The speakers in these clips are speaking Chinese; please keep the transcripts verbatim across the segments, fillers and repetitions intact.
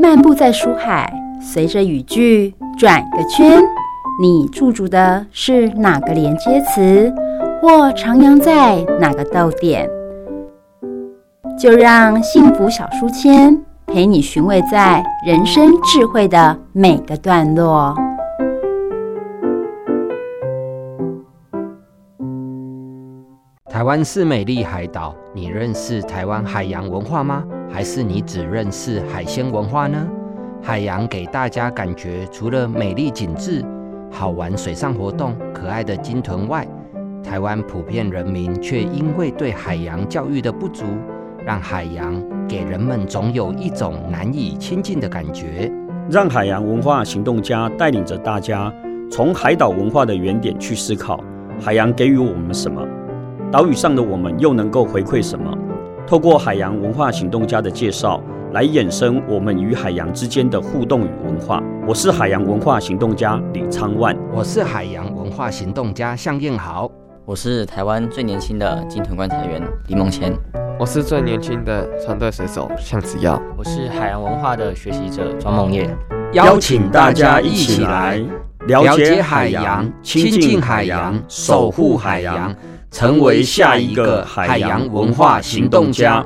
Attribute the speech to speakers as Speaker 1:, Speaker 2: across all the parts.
Speaker 1: 漫步在书海，随着语句转个圈，你驻足的是哪个连接词，或徜徉在哪个逗点？就让幸福小书签陪你寻味在人生智慧的每个段落。
Speaker 2: 台湾是美丽海岛，你认识台湾海洋文化吗？还是你只认识海鲜文化呢？海洋给大家感觉除了美丽景致、好玩水上活动、可爱的鲸豚外，台湾普遍人民却因为对海洋教育的不足，让海洋给人们总有一种难以亲近的感觉。
Speaker 3: 让海洋文化行动家带领着大家从海岛文化的原点去思考，海洋给予我们什么，岛屿上的我们又能够回馈什么？透过海洋文化行动家的介绍，来衍生我们与海洋之间的互动与文化。我是海洋文化行动家李昌万，
Speaker 2: 我是海洋文化行动家向燕豪，
Speaker 4: 我是台湾最年轻的鲸豚观察员李梦谦，
Speaker 5: 我是最年轻的船队水手向子耀，
Speaker 6: 我是海洋文化的学习者庄梦业。
Speaker 3: 邀请大家一起来了解海洋，亲近海洋，守护海洋，成为下一个海洋文化行动家。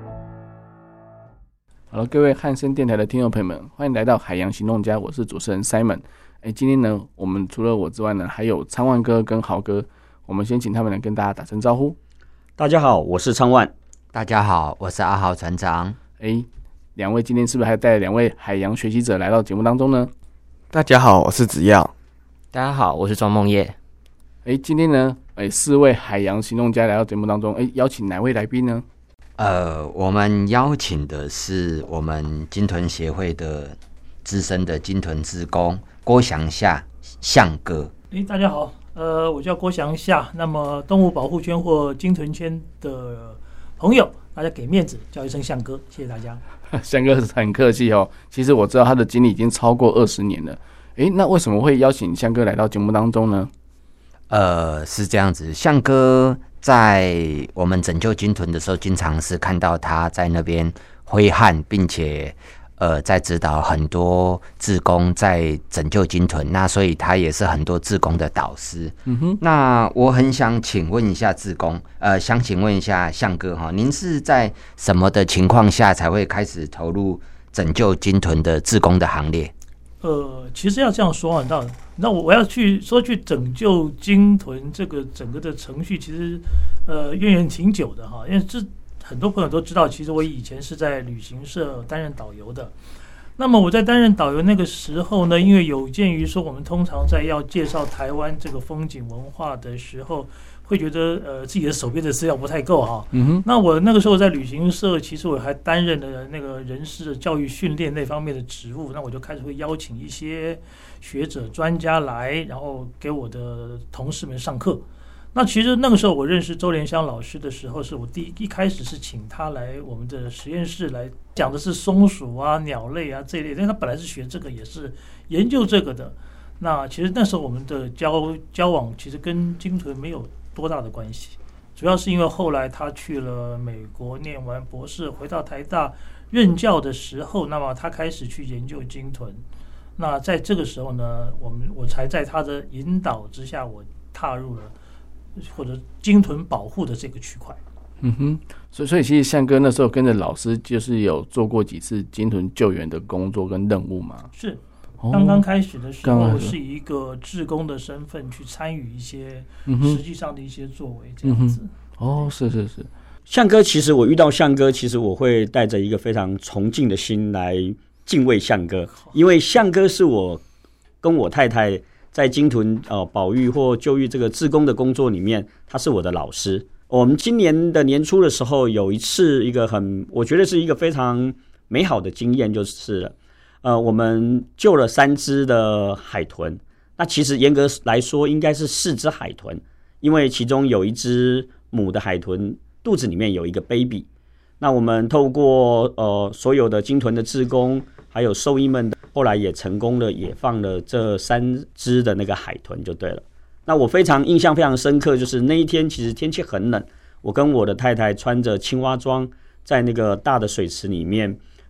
Speaker 7: 好了，各位汉声电台的听众朋友们，欢迎来到海洋行动家，我是主持人 Simon。哎，今天呢，我们除了我之外呢，还有昌万哥跟豪哥，我们先请他们来跟大家打声招呼。
Speaker 3: 大家好，我是昌万。
Speaker 2: 大家好，我是阿豪船长。
Speaker 7: 哎，两位今天是不是还带了两位海洋学习者来到节目当中呢？
Speaker 5: 大家好，我是子耀。
Speaker 6: 大家好，我是庄梦业。
Speaker 7: 哎，今天呢，哎，四位海洋行动家来到节目当中，哎，邀请哪位来宾呢？
Speaker 2: 呃，我们邀请的是我们鲸豚协会的资深的鲸豚志工郭祥夏向哥。
Speaker 8: 哎，大家好，呃，我叫郭祥夏。那么动物保护圈或鲸豚圈的朋友，大家给面子叫一声向哥，谢谢大家。
Speaker 7: 向哥很客气哦。其实我知道他的经历已经超过二十年了。哎，那为什么会邀请向哥来到节目当中呢？
Speaker 2: 呃，是这样子，向哥在我们拯救鲸豚的时候，经常是看到他在那边挥汗，并且呃在指导很多志工在拯救鲸豚，那所以他也是很多志工的导师。嗯哼，那我很想请问一下志工，呃，想请问一下向哥哈，您是在什么的情况下才会开始投入拯救鲸豚的志工的行列？
Speaker 8: 呃，其实要这样说啊，那那我要去说去拯救鲸豚这个整个的程序，其实呃渊源挺久的哈，因为这很多朋友都知道，其实我以前是在旅行社担任导游的。那么我在担任导游那个时候呢，因为有鉴于说我们通常在要介绍台湾这个风景文化的时候，会觉得呃自己的手边的资料不太够哈。嗯哼。那我那个时候在旅行社，其实我还担任了那个人事的教育训练那方面的职务，那我就开始会邀请一些学者专家来，然后给我的同事们上课。那其实那个时候我认识周连香老师的时候，是我第一一开始是请他来我们的实验室来讲的是松鼠啊、鸟类啊这一类，因为他本来是学这个，也是研究这个的。那其实那时候我们的交交往其实跟鲸豚没有多大的关系，主要是因为后来他去了美国念完博士，回到台大任教的时候，那么他开始去研究鲸豚。那在这个时候呢，我们我才在他的引导之下，我踏入了或者鲸豚保护的这个区块。
Speaker 7: 嗯哼，所以所以其实向哥那时候跟着老师，就是有做过几次鲸豚救援的工作跟任务嘛？
Speaker 8: 是。刚刚开始的时候是以一个志工的身份去参与一些实际上的一些作为这样子。
Speaker 7: 嗯、哦，是是是。
Speaker 3: 向哥，其实我遇到向哥，其实我会带着一个非常崇敬的心来敬畏向哥，因为向哥是我跟我太太在鲸豚呃保育或救育这个志工的工作里面，他是我的老师。我们今年的年初的时候，有一次一个很，我觉得是一个非常美好的经验，就是了。呃，我们救了三只的海豚，那其实严格来说应该是四只海豚，因为其中有一只母的海豚肚子里面有一个 baby。那我们透过呃所有的鲸豚的志工，还有兽医们，后来也成功的也放了这三只的那个海豚就对了。那我非常印象非常深刻，就是那一天其实天气很冷，我跟我的太太穿着青蛙装，在那个大的水池里面。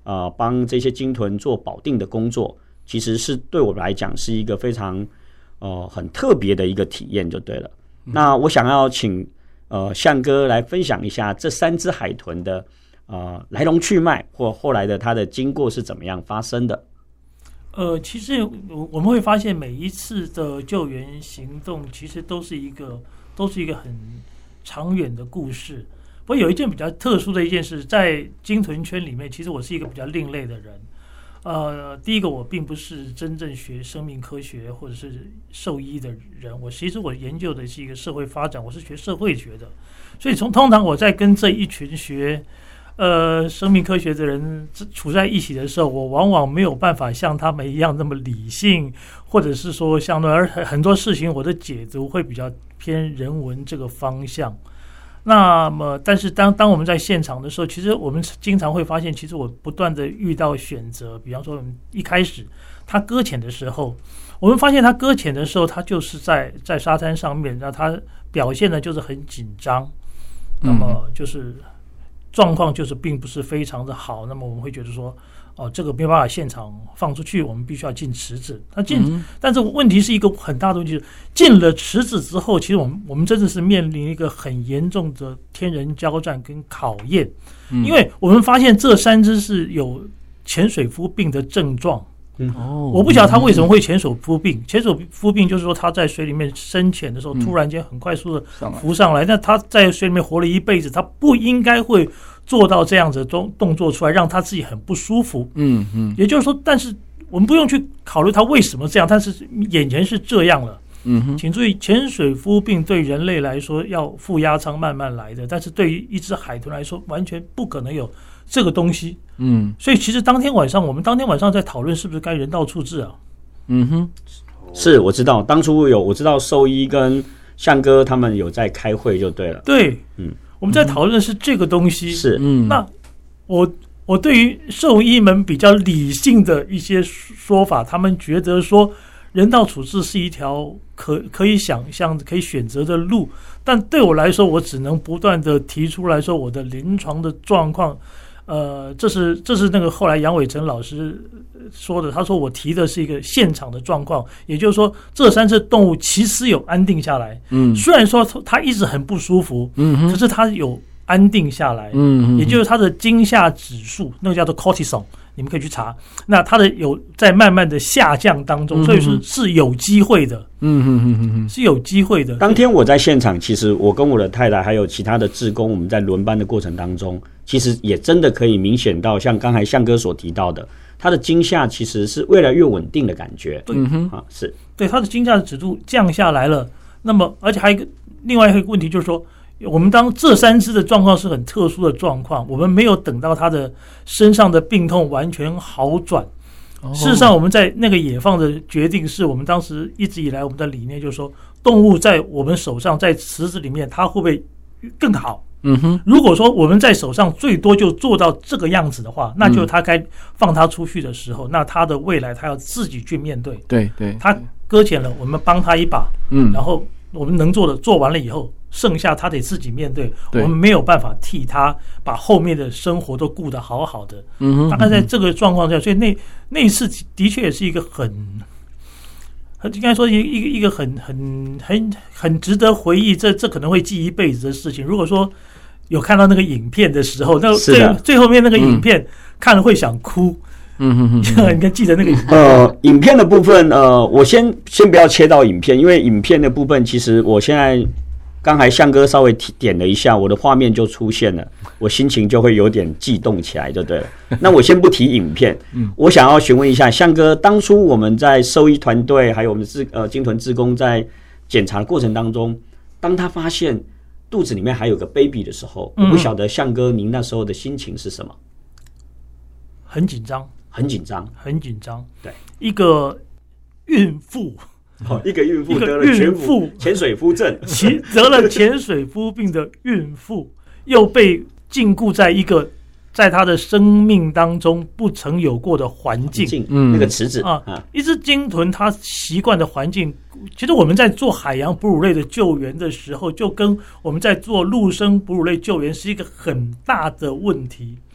Speaker 3: 呃帮这些鲸豚做保定的工作，其实是对我来讲是一个非常呃很特别的一个体验就对了。嗯、那我想要请呃象哥来分享一下这三只海豚的呃来龙去脉，或后来的它的经过是怎么样发生的。
Speaker 8: 呃，其实我们会发现每一次的救援行动，其实都是一个都是一个很长远的故事。不过有一件比较特殊的一件事，在鲸豚圈里面，其实我是一个比较另类的人。呃，第一个，我并不是真正学生命科学或者是兽医的人，我其实我研究的是一个社会发展，我是学社会学的。所以从通常我在跟这一群学呃，生命科学的人处在一起的时候，我往往没有办法像他们一样那么理性，或者是说相对而很多事情我的解读会比较偏人文这个方向。那么，但是当当我们在现场的时候，其实我们经常会发现，其实我不断的遇到选择，比方说我们一开始他搁浅的时候，我们发现他搁浅的时候，他就是在在沙滩上面，那他表现的就是很紧张，那么就是状况就是并不是非常的好，那么我们会觉得说，哦，这个没有办法现场放出去，我们必须要进池子。它进，嗯、但是问题是一个很大的问题，是进了池子之后，其实我们我们真的是面临一个很严重的天人交战跟考验，嗯、因为我们发现这三只是有潜水夫病的症状。嗯、哦，我不晓得他为什么会潜水夫病。潜水夫病就是说他在水里面深潜的时候，突然间很快速的浮上来，那他在水里面活了一辈子，他不应该会做到这样子的动动作出来，让他自己很不舒服。嗯嗯，也就是说，但是我们不用去考虑他为什么这样，但是眼前是这样了。嗯哼，请注意，潜水夫病对人类来说要负压舱慢慢来的，但是对于一只海豚来说，完全不可能有这个东西。嗯，所以其实当天晚上，我们当天晚上在讨论是不是该人道处置啊？嗯哼，
Speaker 3: 是我知道，当初有我知道兽医跟象哥他们有在开会就对了。
Speaker 8: 对，嗯，我们在讨论的是这个东西。
Speaker 3: 是，
Speaker 8: 嗯，那我我对于兽医们比较理性的一些说法，他们觉得说人道处置是一条可可以想象、可以选择的路，但对我来说，我只能不断的提出来说我的临床的状况。呃，这是这是那个后来杨伟成老师说的，他说我提的是一个现场的状况，也就是说这三只动物其实有安定下来，嗯，虽然说它一直很不舒服，嗯，可是它有安定下来，嗯，也就是它的惊吓指数，那个叫做 cortisol， 你们可以去查，那它的有在慢慢的下降当中，所以是是有机会的，嗯嗯嗯嗯，是有机会的。
Speaker 3: 当天我在现场，其实我跟我的太太还有其他的志工，我们在轮班的过程当中，其实也真的可以明显到，像刚才象哥所提到的，它的惊吓其实是越来越稳定的感觉。对，啊，是
Speaker 8: 对它的惊吓的指数降下来了。那么，而且还有一个另外一个问题就是说，我们当这三只的状况是很特殊的状况，我们没有等到它的身上的病痛完全好转。哦、事实上，我们在那个野放的决定是我们当时一直以来我们的理念就是说，动物在我们手上，在池子里面，它会不会更好？嗯哼，如果说我们在手上最多就做到这个样子的话，那就他该放他出去的时候，嗯、那他的未来他要自己去面对。
Speaker 7: 对对，
Speaker 8: 他搁浅了，我们帮他一把，嗯，然后我们能做的做完了以后，剩下他得自己面对，我们没有办法替他把后面的生活都顾得好好的。嗯哼，大概在这个状况下，所以那那一次的确也是一个很。应该说一一个一个很很很很值得回忆，这这可能会记一辈子的事情。如果说有看到那个影片的时候，那最最后面那个影片、嗯、看了会想哭。嗯哼哼，你应该记得那个影片。
Speaker 3: 呃，影片的部分，呃，我先先不要切到影片，因为影片的部分，其实我现在刚才象哥稍微点了一下，我的画面就出现了，我心情就会有点悸动起来，就对了。那我先不提影片，嗯，我想要询问一下象哥，当初我们在兽医团队还有我们志呃鲸豚志工在检查的过程当中，当他发现肚子里面还有个 baby 的时候，嗯、我不晓得象哥您那时候的心情是什么？
Speaker 8: 很紧张，
Speaker 3: 很紧张，
Speaker 8: 很紧张。
Speaker 3: 对，
Speaker 8: 一个孕妇。
Speaker 3: 哦，一个孕妇得了潜夫潜水夫症，
Speaker 8: 得了潜水夫病的孕妇，又被禁锢在一个在她的生命当中不曾有过的环境，
Speaker 3: 嗯，那个池子
Speaker 8: 啊，一只鲸豚它习惯的环境，其实我们在做海洋哺乳类的救援的时候，就跟我们在做陆生哺乳类救援是一个很大的问题。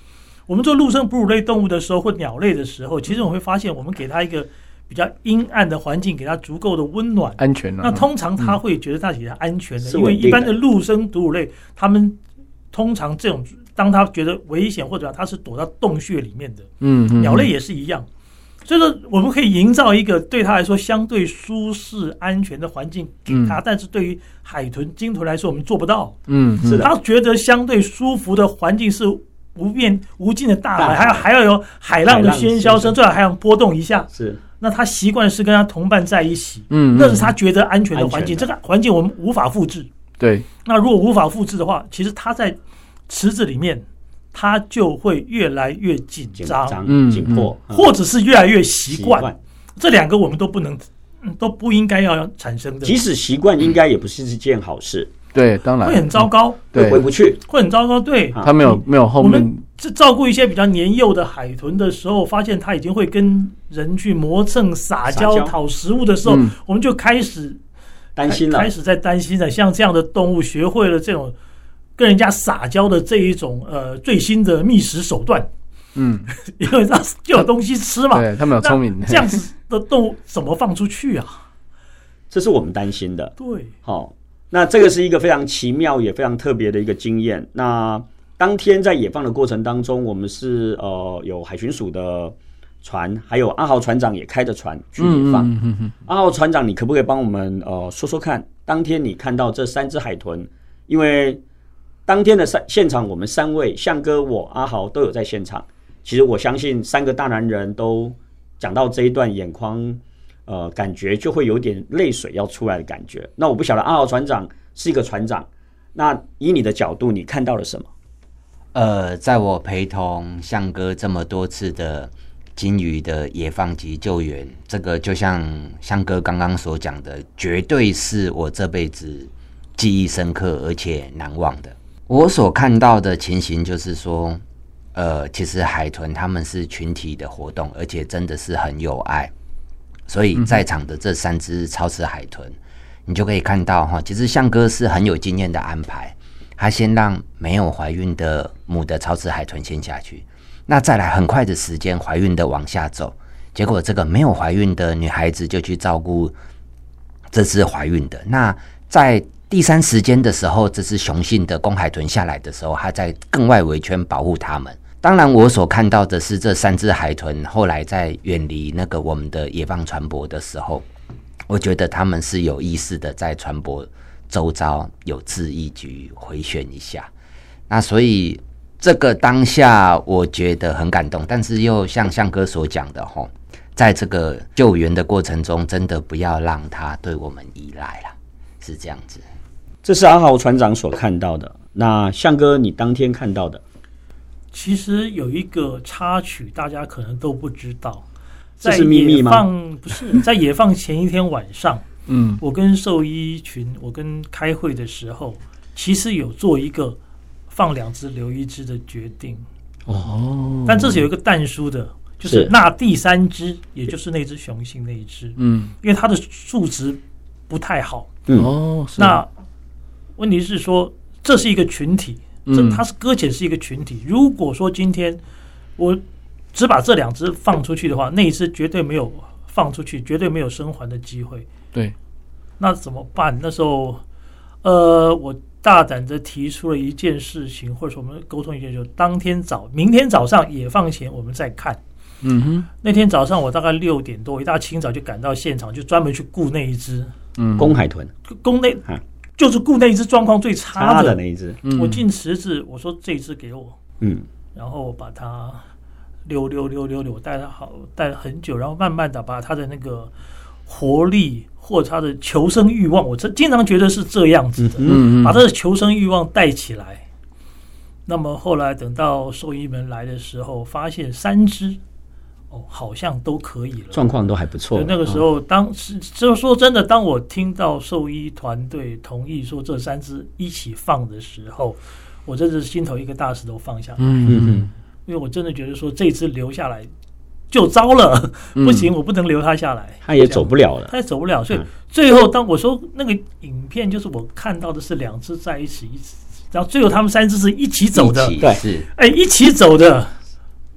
Speaker 8: 我们做陆生哺乳类动物的时候，或鸟类的时候，其实我们会发现，我们给它一个比较阴暗的环境，给它足够的温暖、
Speaker 7: 安全、啊。
Speaker 8: 那通常它会觉得它比较安全的，
Speaker 3: 嗯、
Speaker 8: 因为一般的陆生哺乳类，它们通常这种，当它觉得危险或者它是躲到洞穴里面的。
Speaker 7: 嗯，嗯
Speaker 8: 鸟类也是一样。所以说，我们可以营造一个对它来说相对舒适、安全的环境给它，嗯、但是对于海豚、鲸豚来说，我们做不到。
Speaker 7: 嗯，
Speaker 3: 是的。
Speaker 8: 它觉得相对舒服的环境是无边无尽的大海，还要还要有海浪的喧嚣声，最好还要波动一下。
Speaker 3: 是。
Speaker 8: 那他习惯是跟他同伴在一起，
Speaker 7: 嗯，
Speaker 8: 那是他觉得安全的环境。这个环境我们无法复制。
Speaker 7: 对。
Speaker 8: 那如果无法复制的话，其实他在池子里面。他就会越来越紧张、
Speaker 3: 紧迫，
Speaker 8: 或者是越来越习惯。这两个我们都不能、都不应该要产生的。
Speaker 3: 即使习惯，应该也不是一件好事。
Speaker 7: 对，当然
Speaker 8: 会很糟糕，
Speaker 3: 会回不去，
Speaker 8: 会很糟糕。对，
Speaker 7: 他没有没有后面。
Speaker 8: 我们照顾一些比较年幼的海豚的时候，发现它已经会跟人去磨蹭、撒娇、讨食物的时候，我们就开始
Speaker 3: 担心了，
Speaker 8: 开始在担心了。像这样的动物，学会了这种。跟人家撒娇的这一种呃最新的觅食手段，
Speaker 7: 嗯，
Speaker 8: 因为它就有东西吃嘛，
Speaker 7: 对他们有聪明，
Speaker 8: 这样子的动物怎么放出去啊？
Speaker 3: 这是我们担心的。
Speaker 8: 对，
Speaker 3: 好、哦，那这个是一个非常奇妙也非常特别的一个经验。那当天在野放的过程当中，我们是呃有海巡署的船，还有阿豪船长也开着船去野放。
Speaker 7: 嗯嗯嗯、
Speaker 3: 阿豪船长，你可不可以帮我们呃说说看，当天你看到这三只海豚，因为当天的现场，我们三位象哥、我、阿豪都有在现场。其实我相信三个大男人都讲到这一段，眼眶呃感觉就会有点泪水要出来的感觉。那我不晓得阿豪船长是一个船长，那以你的角度，你看到了什么？
Speaker 2: 呃，在我陪同象哥这么多次的鲸鱼的野放及救援，这个就像象哥刚刚所讲的，绝对是我这辈子记忆深刻而且难忘的。我所看到的情形就是说，呃，其实海豚他们是群体的活动，而且真的是很有爱。所以在场的这三只超雌海豚，你就可以看到哈，其实象哥是很有经验的安排，他先让没有怀孕的母的超雌海豚先下去，那再来很快的时间怀孕的往下走，结果这个没有怀孕的女孩子就去照顾这只怀孕的。那在第三时间的时候，这只雄性的公海豚下来的时候，它在更外围圈保护它们。当然我所看到的是这三只海豚后来在远离那个我们的野放船舶的时候，我觉得他们是有意识的在船舶周遭有致意去回旋一下。那所以这个当下我觉得很感动，但是又像象哥所讲的齁，在这个救援的过程中，真的不要让它对我们依赖啦，是这样子。
Speaker 3: 这是阿豪船长所看到的。那象哥，你当天看到的？
Speaker 8: 其实有一个插曲，大家可能都不知道。
Speaker 3: 这是秘密吗？
Speaker 8: 在野放不是在野放前一天晚上，
Speaker 7: 嗯，
Speaker 8: 我跟兽医群，我跟开会的时候，其实有做一个放两只留一只的决定。
Speaker 7: 哦，
Speaker 8: 但这是有一个但书的，就是那第三只，也就是那只雄性那一只，
Speaker 7: 嗯，
Speaker 8: 因为它的数值不太好。
Speaker 3: 嗯，
Speaker 7: 哦，
Speaker 8: 那问题是说，这是一个群体，这它是搁浅是一个群体。如果说今天我只把这两只放出去的话，那一只绝对没有放出去，绝对没有生还的机会。
Speaker 7: 对，
Speaker 8: 那怎么办？那时候，呃，我大胆的提出了一件事情，或者说我们沟通一件，就当天早、明天早上野放前我们再看。
Speaker 7: 嗯哼，
Speaker 8: 那天早上我大概六点多，一大清早就赶到现场，就专门去顾那一只
Speaker 7: 嗯
Speaker 3: 公海豚，
Speaker 8: 公那。就是顾那一只状况最差
Speaker 3: 的,
Speaker 8: 的
Speaker 3: 那一只，
Speaker 7: 嗯、
Speaker 8: 我进池子，我说这一只给我，
Speaker 3: 嗯，
Speaker 8: 然后我把它溜溜溜溜溜，我带它好带了很久，然后慢慢的把它的那个活力或者它的求生欲望，我经常觉得是这样子的，
Speaker 7: 嗯嗯、
Speaker 8: 把它的求生欲望带起来。那么后来等到兽医们来的时候，发现三只。哦，好像都可以了，
Speaker 3: 状况都还不错。
Speaker 8: 那个时候，当就说真的，当我听到兽医团队同意说这三只一起放的时候，我真是心头一个大石头放下来。
Speaker 7: 嗯嗯，
Speaker 8: 因为我真的觉得说这只留下来就糟了，不行，我不能留它下来，
Speaker 3: 它也走不了了，
Speaker 8: 它也走不了。所以最后，当我说那个影片，就是我看到的是两只在一起，然后最后他们三只是一起走的，
Speaker 3: 对，
Speaker 8: 哎，一起走的。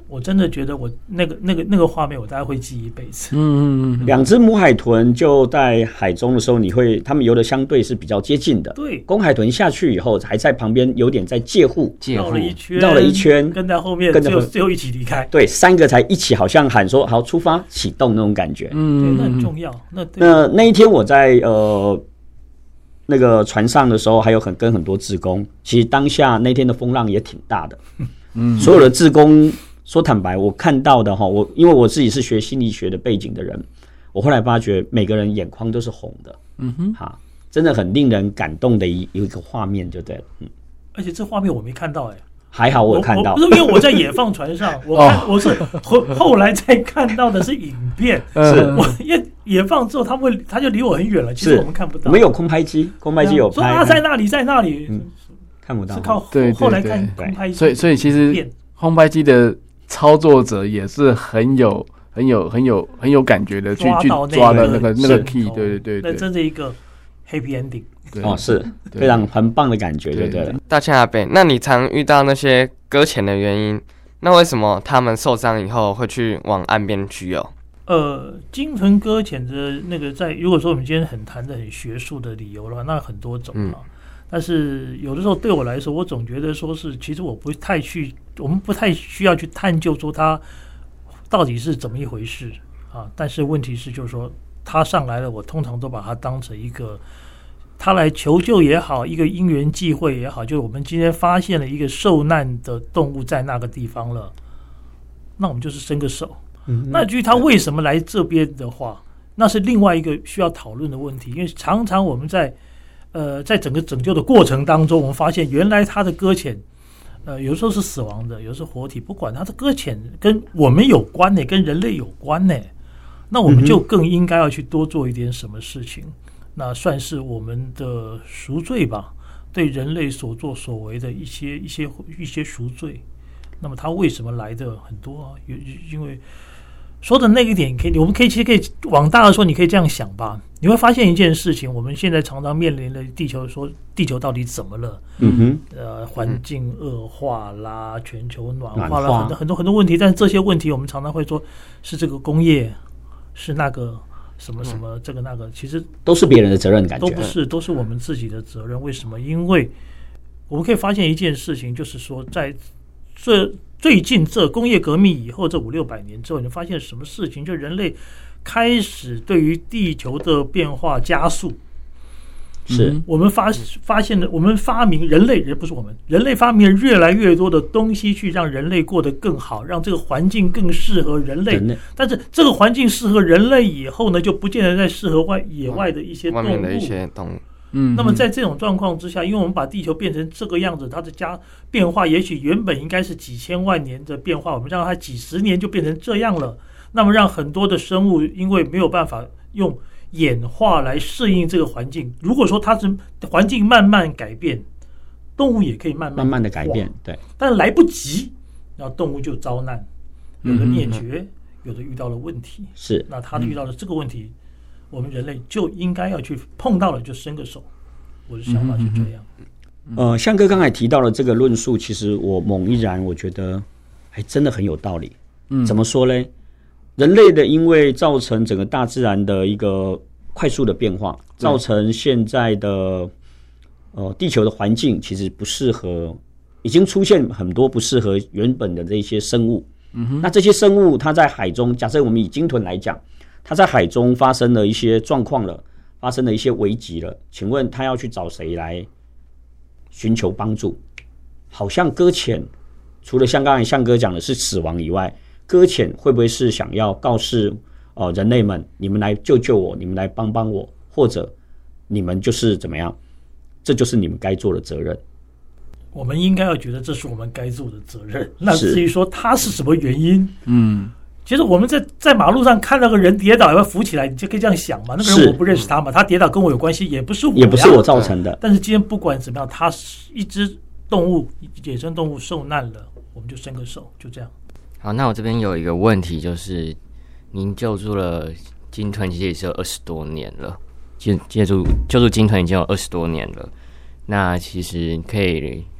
Speaker 8: 我真的觉得我那个那个那个画面，我大概会记一辈子。
Speaker 7: 嗯嗯嗯，
Speaker 3: 两只母海豚就在海中的时候，你会它们游的相对是比较接近的。
Speaker 8: 对，
Speaker 3: 公海豚下去以后，还在旁边有点在借护，
Speaker 8: 绕了一圈，
Speaker 3: 绕了一圈，
Speaker 8: 跟在后面，
Speaker 3: 跟着
Speaker 8: 最后一起离开。
Speaker 3: 对，三个才一起，好像喊说好出发启动那种感觉。
Speaker 8: 嗯，对，那很重要。那
Speaker 3: 那那一天我在呃那个船上的时候，还有很跟很多志工，其实当下那天的风浪也挺大的。嗯，所有的志工。说坦白，我看到的哈，我因为我自己是学心理学的背景的人，我后来发觉每个人眼眶都是红的，嗯哼，哈，真的很令人感动的一一个画面，就对了，嗯。
Speaker 8: 而且这画面我没看到哎、欸，
Speaker 3: 还好我有看到，
Speaker 8: 不是因为我在野放船上，我看、哦、我是后后来才看到的是影片，是我因为野放之后，他会他就离我很远了，其实我们看不到，
Speaker 3: 我们有空拍机，空拍机有拍，
Speaker 8: 说啊在那里在那里，嗯、
Speaker 3: 看不到，
Speaker 8: 是靠
Speaker 7: 对
Speaker 8: 后来看空拍机，
Speaker 7: 所以所以其实空拍机的操作者也是很有、很有、很有、很有感觉的去去抓的那个那个 key， 对对对对，
Speaker 8: 那真是一个 happy ending，
Speaker 3: 哦，是非常很棒的感觉，对对。
Speaker 5: 大千阿伯，那你常遇到那些搁浅的原因，那为什么他们受伤以后会去往岸边去游？
Speaker 8: 呃，鲸豚搁浅的那个在，如果说我们今天很谈的很学术的理由的话，那很多种啊。嗯，但是有的时候对我来说，我总觉得说是，其实我不太去，我们不太需要去探究说它到底是怎么一回事啊。但是问题是，就是说他上来了，我通常都把它当成一个他来求救也好，一个因缘际会也好，就是我们今天发现了一个受难的动物在那个地方了，那我们就是伸个手。嗯，那至于他为什么来这边的话，那是另外一个需要讨论的问题，因为常常我们在呃，在整个拯救的过程当中，我们发现原来它的搁浅，呃，有时候是死亡的，有时候活体，不管它的搁浅跟我们有关呢，跟人类有关呢，那我们就更应该要去多做一点什么事情，那算是我们的赎罪吧，对人类所作所为的一些一些一些赎罪。那么它为什么来的很多啊？因为说的那个点，可以，我们可以其实可以往大的说，你可以这样想吧。你会发现一件事情，我们现在常常面临的地球说，地球到底怎么了？嗯哼，呃，环境恶化啦，全球暖化啦，很多很多很多问题。但是这些问题，我们常常会说是这个工业，是那个什么什么这个那个，其实
Speaker 3: 都是别人的责任，感觉
Speaker 8: 都不是，都是我们自己的责任。为什么？因为我们可以发现一件事情，就是说在这。最近这工业革命以后，这五六百年之后，你发现什么事情？就人类开始对于地球的变化加速。
Speaker 3: 是
Speaker 8: 我们发发现了，我们发明人类，人不是我们，人类发明了越来越多的东西，去让人类过得更好，让这个环境更适合人类。人类但是这个环境适合人类以后呢，就不见得再适合外野外的一些动物。
Speaker 5: 外面的一些动物。
Speaker 8: 嗯，那么在这种状况之下，因为我们把地球变成这个样子，它的加变化也许原本应该是几千万年的变化，我们让它几十年就变成这样了。那么让很多的生物因为没有办法用演化来适应这个环境，如果说它是环境慢慢改变，动物也可以慢慢
Speaker 3: 慢慢的改变，对，
Speaker 8: 但来不及，然后动物就遭难，有的灭绝，嗯、有的遇到了问题，
Speaker 3: 是
Speaker 8: 那它遇到了这个问题。嗯，我们人类就应该要去碰到了就伸个手，我的想法是这样。
Speaker 3: 呃，向哥刚才提到了这个论述，其实我猛一然，我觉得还真的很有道理。嗯，怎么说呢？人类的因为造成整个大自然的一个快速的变化，造成现在的呃地球的环境其实不适合，已经出现很多不适合原本的这些生物。嗯哼，那这些生物它在海中，假设我们以鲸豚来讲。它在海中发生了一些状况了，发生了一些危急了，请问他要去找谁来寻求帮助？好像搁浅，除了像刚才向哥讲的是死亡以外，搁浅会不会是想要告示呃人类们，你们来救救我，你们来帮帮我，或者你们就是怎么样？这就是你们该做的责任。
Speaker 8: 我们应该要觉得这是我们该做的责任。那至于说他是什么原因，嗯。其实我们在在马路上看到个人跌倒，要扶起来，你就可以这样想嘛。那个人我不认识他嘛，他跌倒跟我有关系，也不是我，
Speaker 3: 也不是我造成的。
Speaker 8: 但是今天不管怎么样，他一只动物，野生动物受难了，我们就伸个手，就这样。
Speaker 6: 好，那我这边有一个问题，就是您救助了鲸豚，其实也是有二十多年了，救救助救助鲸豚已经有二十多年了。那其实可以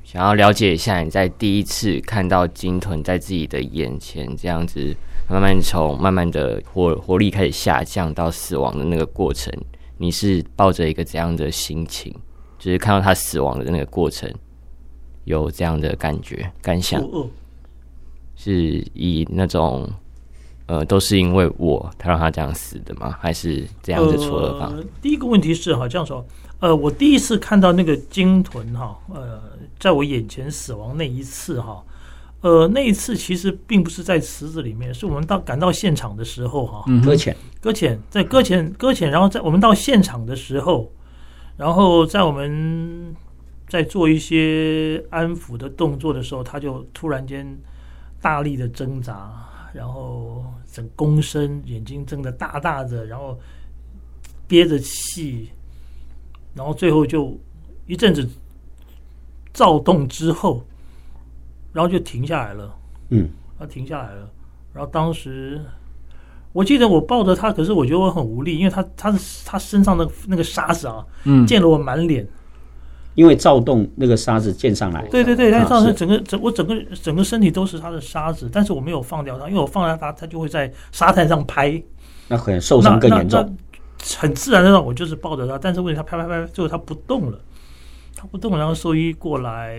Speaker 6: 想要了解一下你在第一次看到鲸豚在自己的眼前这样子，慢慢从慢慢的活活力开始下降到死亡的那个过程，你是抱着一个怎样的心情？就是看到它死亡的那个过程，有这样的感觉感想？是以那种呃，都是因为我他让他这样死的吗？还是这样的错愕法？
Speaker 8: 呃，第一个问题是哈，这样说，呃，我第一次看到那个鲸豚哈，呃，在我眼前死亡那一次哈，呃，那一次其实并不是在池子里面，是我们到赶到现场的时候哈，
Speaker 3: 搁浅，
Speaker 8: 搁浅，在搁浅搁浅，然后在我们到现场的时候，然后在我们在做一些安抚的动作的时候，他就突然间大力的挣扎。然后整躬身，眼睛睁得大大的，然后憋着气，然后最后就一阵子躁动之后，然后就停下来了。
Speaker 3: 嗯，
Speaker 8: 他停下来了。然后当时我记得我抱着他，可是我觉得我很无力，因为他他他身上的那个沙子啊，嗯，溅了我满脸。
Speaker 3: 因为躁动，那个沙子溅上来。
Speaker 8: 对对对，它上是整个整我整个整个身体都是它的沙子，但是我没有放掉它，因为我放掉它，它就会在沙滩上拍，
Speaker 3: 那可能受伤更严重。
Speaker 8: 很自然的让我就是抱着它，但是问题它拍拍拍，最后它不动了，它不动了，然后兽医过来，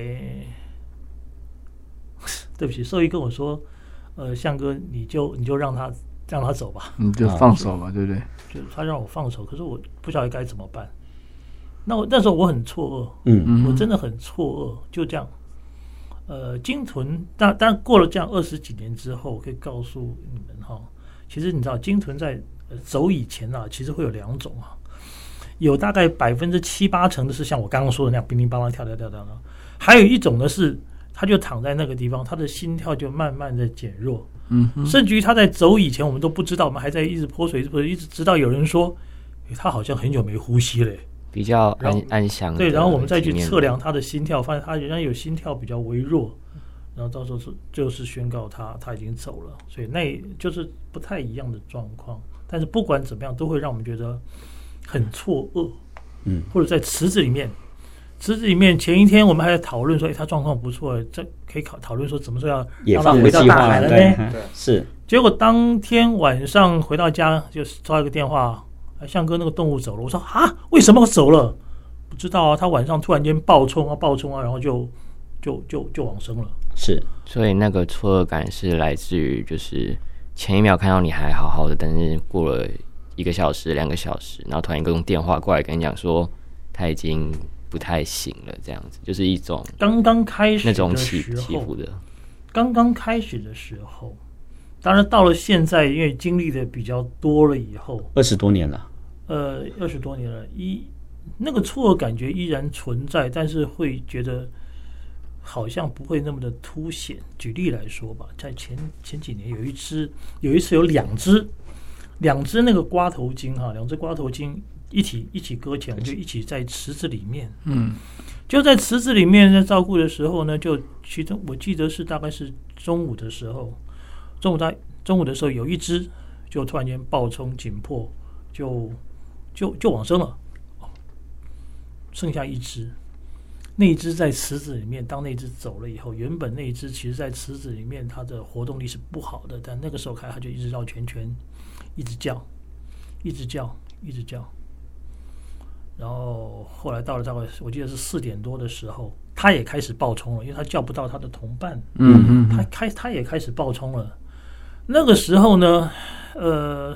Speaker 8: 对不起，兽医跟我说，呃，向哥，你就你就让他让他走吧，
Speaker 7: 你就放手吧，对不对？
Speaker 8: 就他让我放手，可是我不晓得该怎么办。那我那时候我很错愕，
Speaker 3: 嗯，
Speaker 8: 我真的很错愕，就这样。呃，鲸豚，当当然过了这样二十几年之后，我可以告诉你们哈，其实你知道，鲸豚在走以前啊，其实会有两种啊，有大概百分之七八成的是像我刚刚说的那样，乒乒乓乓跳跳跳跳跳，还有一种呢是，他就躺在那个地方，他的心跳就慢慢的减弱，
Speaker 7: 嗯，
Speaker 8: 甚至于他在走以前，我们都不知道，我们还在一直泼水，一直泼水，一直直到有人说，他好像很久没呼吸了。
Speaker 6: 比较安安详，
Speaker 8: 对，然后我们再去测量他的心跳，发现他仍然有心跳比较微弱，然后到时候是就是宣告他他已经走了，所以那就是不太一样的状况。但是不管怎么样，都会让我们觉得很错愕，
Speaker 3: 嗯，
Speaker 8: 或者在池子里面，池子里面前一天我们还在讨论说，哎，他状况不错，这可以考讨论说怎么说要让他回到大海了呢？
Speaker 3: 是，
Speaker 8: 结果当天晚上回到家，就收到一个电话。向哥那个动物走了，我说啊，为什么走了？不知道啊，他晚上突然间暴冲啊，暴冲啊，然后就就就就往生了。
Speaker 3: 是，
Speaker 6: 所以那个错愕感是来自于，就是前一秒看到你还好好的，但是过了一个小时、两个小时，然后突然一个用电话过来跟你讲说他已经不太行了，这样子，就是一种
Speaker 8: 刚刚开始
Speaker 6: 那种起起伏的。
Speaker 8: 刚刚开始的时候。当然，到了现在，因为经历的比较多了以后，
Speaker 3: 二十多年了，
Speaker 8: 呃，二十多年了，一那个错愕感觉依然存在，但是会觉得好像不会那么的凸显。举例来说吧，在前前几年有一只，有一次有两只，两只那个瓜头鲸哈，两只瓜头鲸一起一起搁浅，就一起在池子里面，
Speaker 7: 嗯，
Speaker 8: 就在池子里面在照顾的时候呢，就其中我记得是大概是中午的时候。中午在中午的时候，有一只就突然间暴冲紧迫，就就就往生了。剩下一只，那一只在池子里面。当那只走了以后，原本那一只其实在池子里面，它的活动力是不好的，但那个时候开，它就一直绕圈圈，一直叫，一直叫，一直叫。然后后来到了大概我记得是四点多的时候，它也开始暴冲了，因为它叫不到它的同伴。
Speaker 7: 嗯嗯，
Speaker 8: 它开它也开始暴冲了。那个时候呢，呃，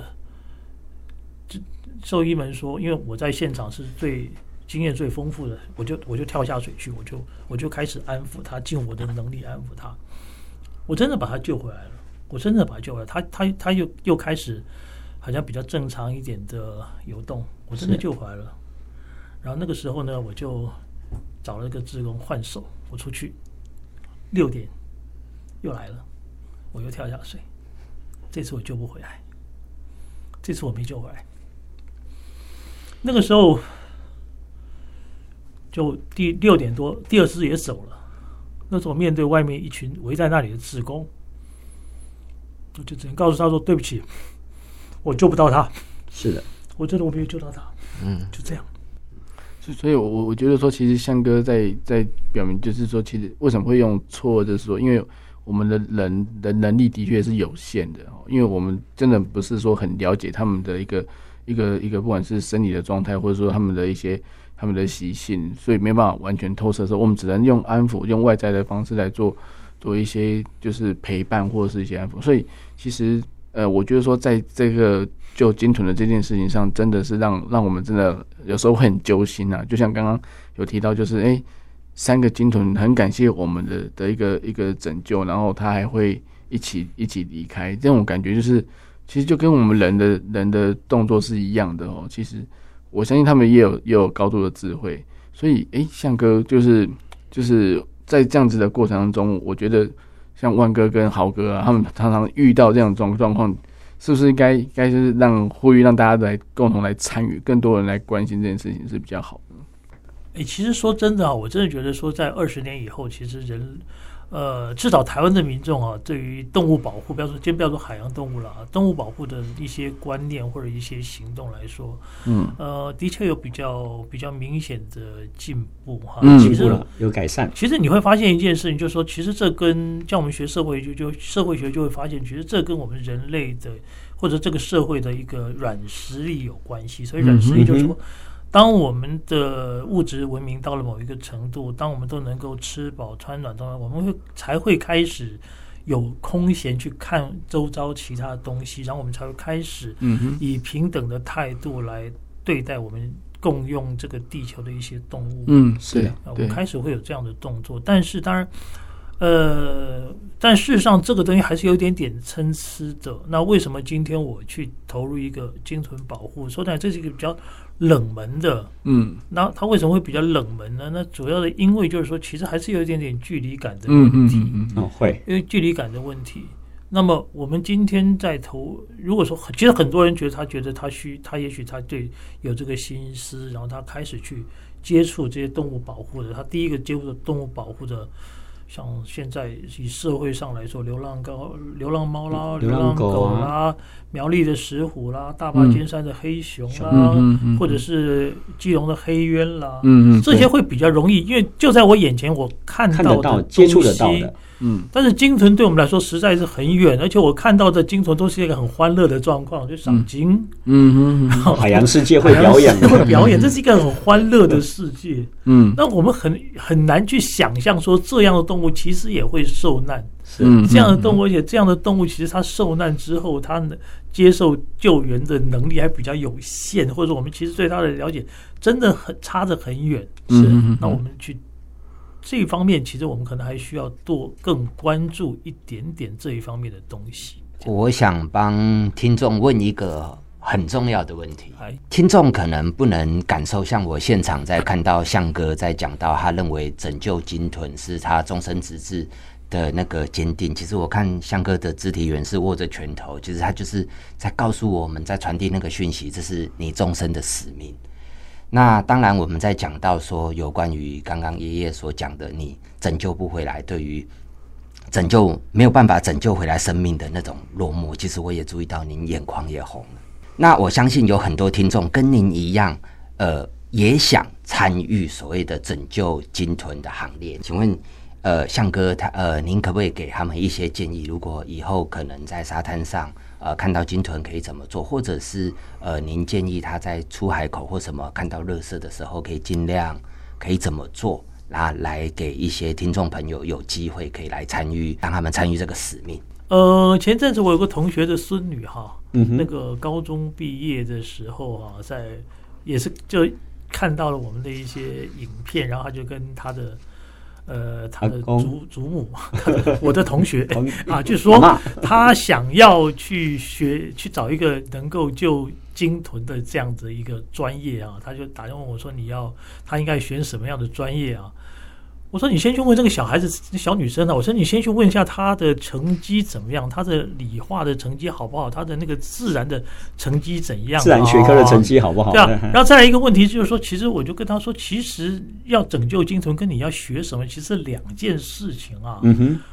Speaker 8: 兽医们说，因为我在现场是最经验最丰富的，我就我就跳下水去，我就我就开始安抚他，尽我的能力安抚他。我真的把他救回来了，我真的把他救回来，他他他又又开始好像比较正常一点的游动，我真的救回来了。然后那个时候呢，我就找了一个志工换手，我出去，六点又来了，我又跳下水。这次我救不回来，这次我没救回来。那个时候就第六点多，第二只也走了。那时候我面对外面一群围在那里的志工，我就只能告诉他说：“对不起，我救不到他。”
Speaker 3: 是的，
Speaker 8: 我真的我没有救到他。
Speaker 6: 嗯，
Speaker 8: 就这样。
Speaker 7: 所以我，我我觉得说，其实向哥在在表明，就是说，其实为什么会用错，就是说，因为我们的人的能力的确是有限的，因为我们真的不是说很了解他们的一个一个一个，不管是生理的状态，或者说他们的一些他们的习性，所以没办法完全透彻的时候，我们只能用安抚、用外在的方式来做做一些就是陪伴或者是一些安抚。所以，其实呃，我觉得说，在这个救鲸豚的这件事情上，真的是让让我们真的有时候会很揪心啊。就像刚刚有提到，就是哎、欸，三个鲸豚很感谢我们的的一个一个拯救，然后他还会一起一起离开，这种感觉就是其实就跟我们人的人的动作是一样的哦。其实我相信他们也有也有高度的智慧，所以哎，向哥就是就是在这样子的过程当中，我觉得像万哥跟豪哥啊，他们常常遇到这样状状况。是不是该该就是让呼吁让大家来共同来参与，更多人来关心这件事情是比较好的？
Speaker 8: 哎、欸，其实说真的啊，我真的觉得说，在二十年以后，其实人，呃，至少台湾的民众啊，对于动物保护，不要说先不要说海洋动物了啊，动物保护的一些观念或者一些行动来说，嗯，呃，的确有比较比较明显的进步哈，
Speaker 3: 嗯，进步了，有改善。
Speaker 8: 其实你会发现一件事情，就是说，其实这跟像我们学社会就就社会学就会发现，其实这跟我们人类的或者这个社会的一个软实力有关系。所以软实力就是说，当我们的物质文明到了某一个程度，当我们都能够吃饱穿暖，我们会才会开始有空闲去看周遭其他的东西，然后我们才会开始以平等的态度来对待我们共用这个地球的一些动物。
Speaker 7: 嗯，是的，
Speaker 8: 我们开始会有这样的动作，但是当然。呃，但事实上这个东西还是有点点参差的。那为什么今天我去投入一个鲸豚保护？说当然这是一个比较冷门的，嗯，那它为什么会比较冷门呢？那主要的因为就是说，其实还是有一点点距离感的问题，嗯嗯嗯
Speaker 3: 哦，会，
Speaker 8: 因为距离感的问题。那么我们今天在投，如果说其实很多人觉得他觉得他需他也许他对有这个心思，然后他开始去接触这些动物保护的，他第一个接触的动物保护的。像现在以社会上来说，流浪狗、流浪猫啦、流浪狗啦、啊、苗栗的石虎啦、大霸尖山的黑熊啦，嗯嗯、或者是基隆的黑鸢啦，嗯嗯、这些会比较容易，因为就在我眼前，我看到的
Speaker 3: 到接触得到的。
Speaker 8: 嗯，但是鲸豚对我们来说实在是很远，而且我看到的鲸豚都是一个很欢乐的状况，就赏鲸，
Speaker 3: 嗯嗯，海洋世界会表演，
Speaker 8: 会表演，这是一个很欢乐的世界。嗯，那我们很很难去想象说这样的动物其实也会受难，是这样的动物，而且这样的动物其实它受难之后，它接受救援的能力还比较有限，或者说我们其实对它的了解真的很差得很远。是，那我们去。这一方面，其实我们可能还需要多更关注一点点这一方面的东西。
Speaker 2: 我想帮听众问一个很重要的问题，听众可能不能感受像我现场在看到向哥在讲到他认为拯救鲸豚是他终身职志的那个坚定。其实我看向哥的肢体语言是握着拳头，其实他就是在告诉我们，在传递那个讯息，这是你终身的使命。那当然我们在讲到说有关于刚刚爷爷所讲的你拯救不回来，对于拯救没有办法拯救回来生命的那种落寞，其实我也注意到您眼眶也红了。那我相信有很多听众跟您一样呃，也想参与所谓的拯救鲸豚的行列。请问呃，向哥他呃，您可不可以给他们一些建议，如果以后可能在沙滩上呃，看到鲸豚可以怎么做，或者是呃，您建议他在出海口或什么看到垃圾的时候，可以尽量可以怎么做，那来给一些听众朋友有机会可以来参与，让他们参与这个使命。
Speaker 8: 呃，前阵子我有个同学的孙女哈，嗯、那个高中毕业的时候哈，在也是就看到了我们的一些影片，然后他就跟他的。呃，他的祖祖母，我的同学啊，就说他想要去学，去找一个能够救鲸豚的这样子一个专业啊，他就打电话问我说：“你要他应该选什么样的专业啊？”我说：“你先去问这个小孩子，小女生啊。”我说：“你先去问一下她的成绩怎么样，她的理化的成绩好不好，她的那个自然的成绩怎样，
Speaker 3: 自然学科的成绩好不好？”
Speaker 8: 对啊。然后再来一个问题就是说，其实我就跟他说，其实要拯救鲸豚跟你要学什么其实是两件事情啊。嗯哼。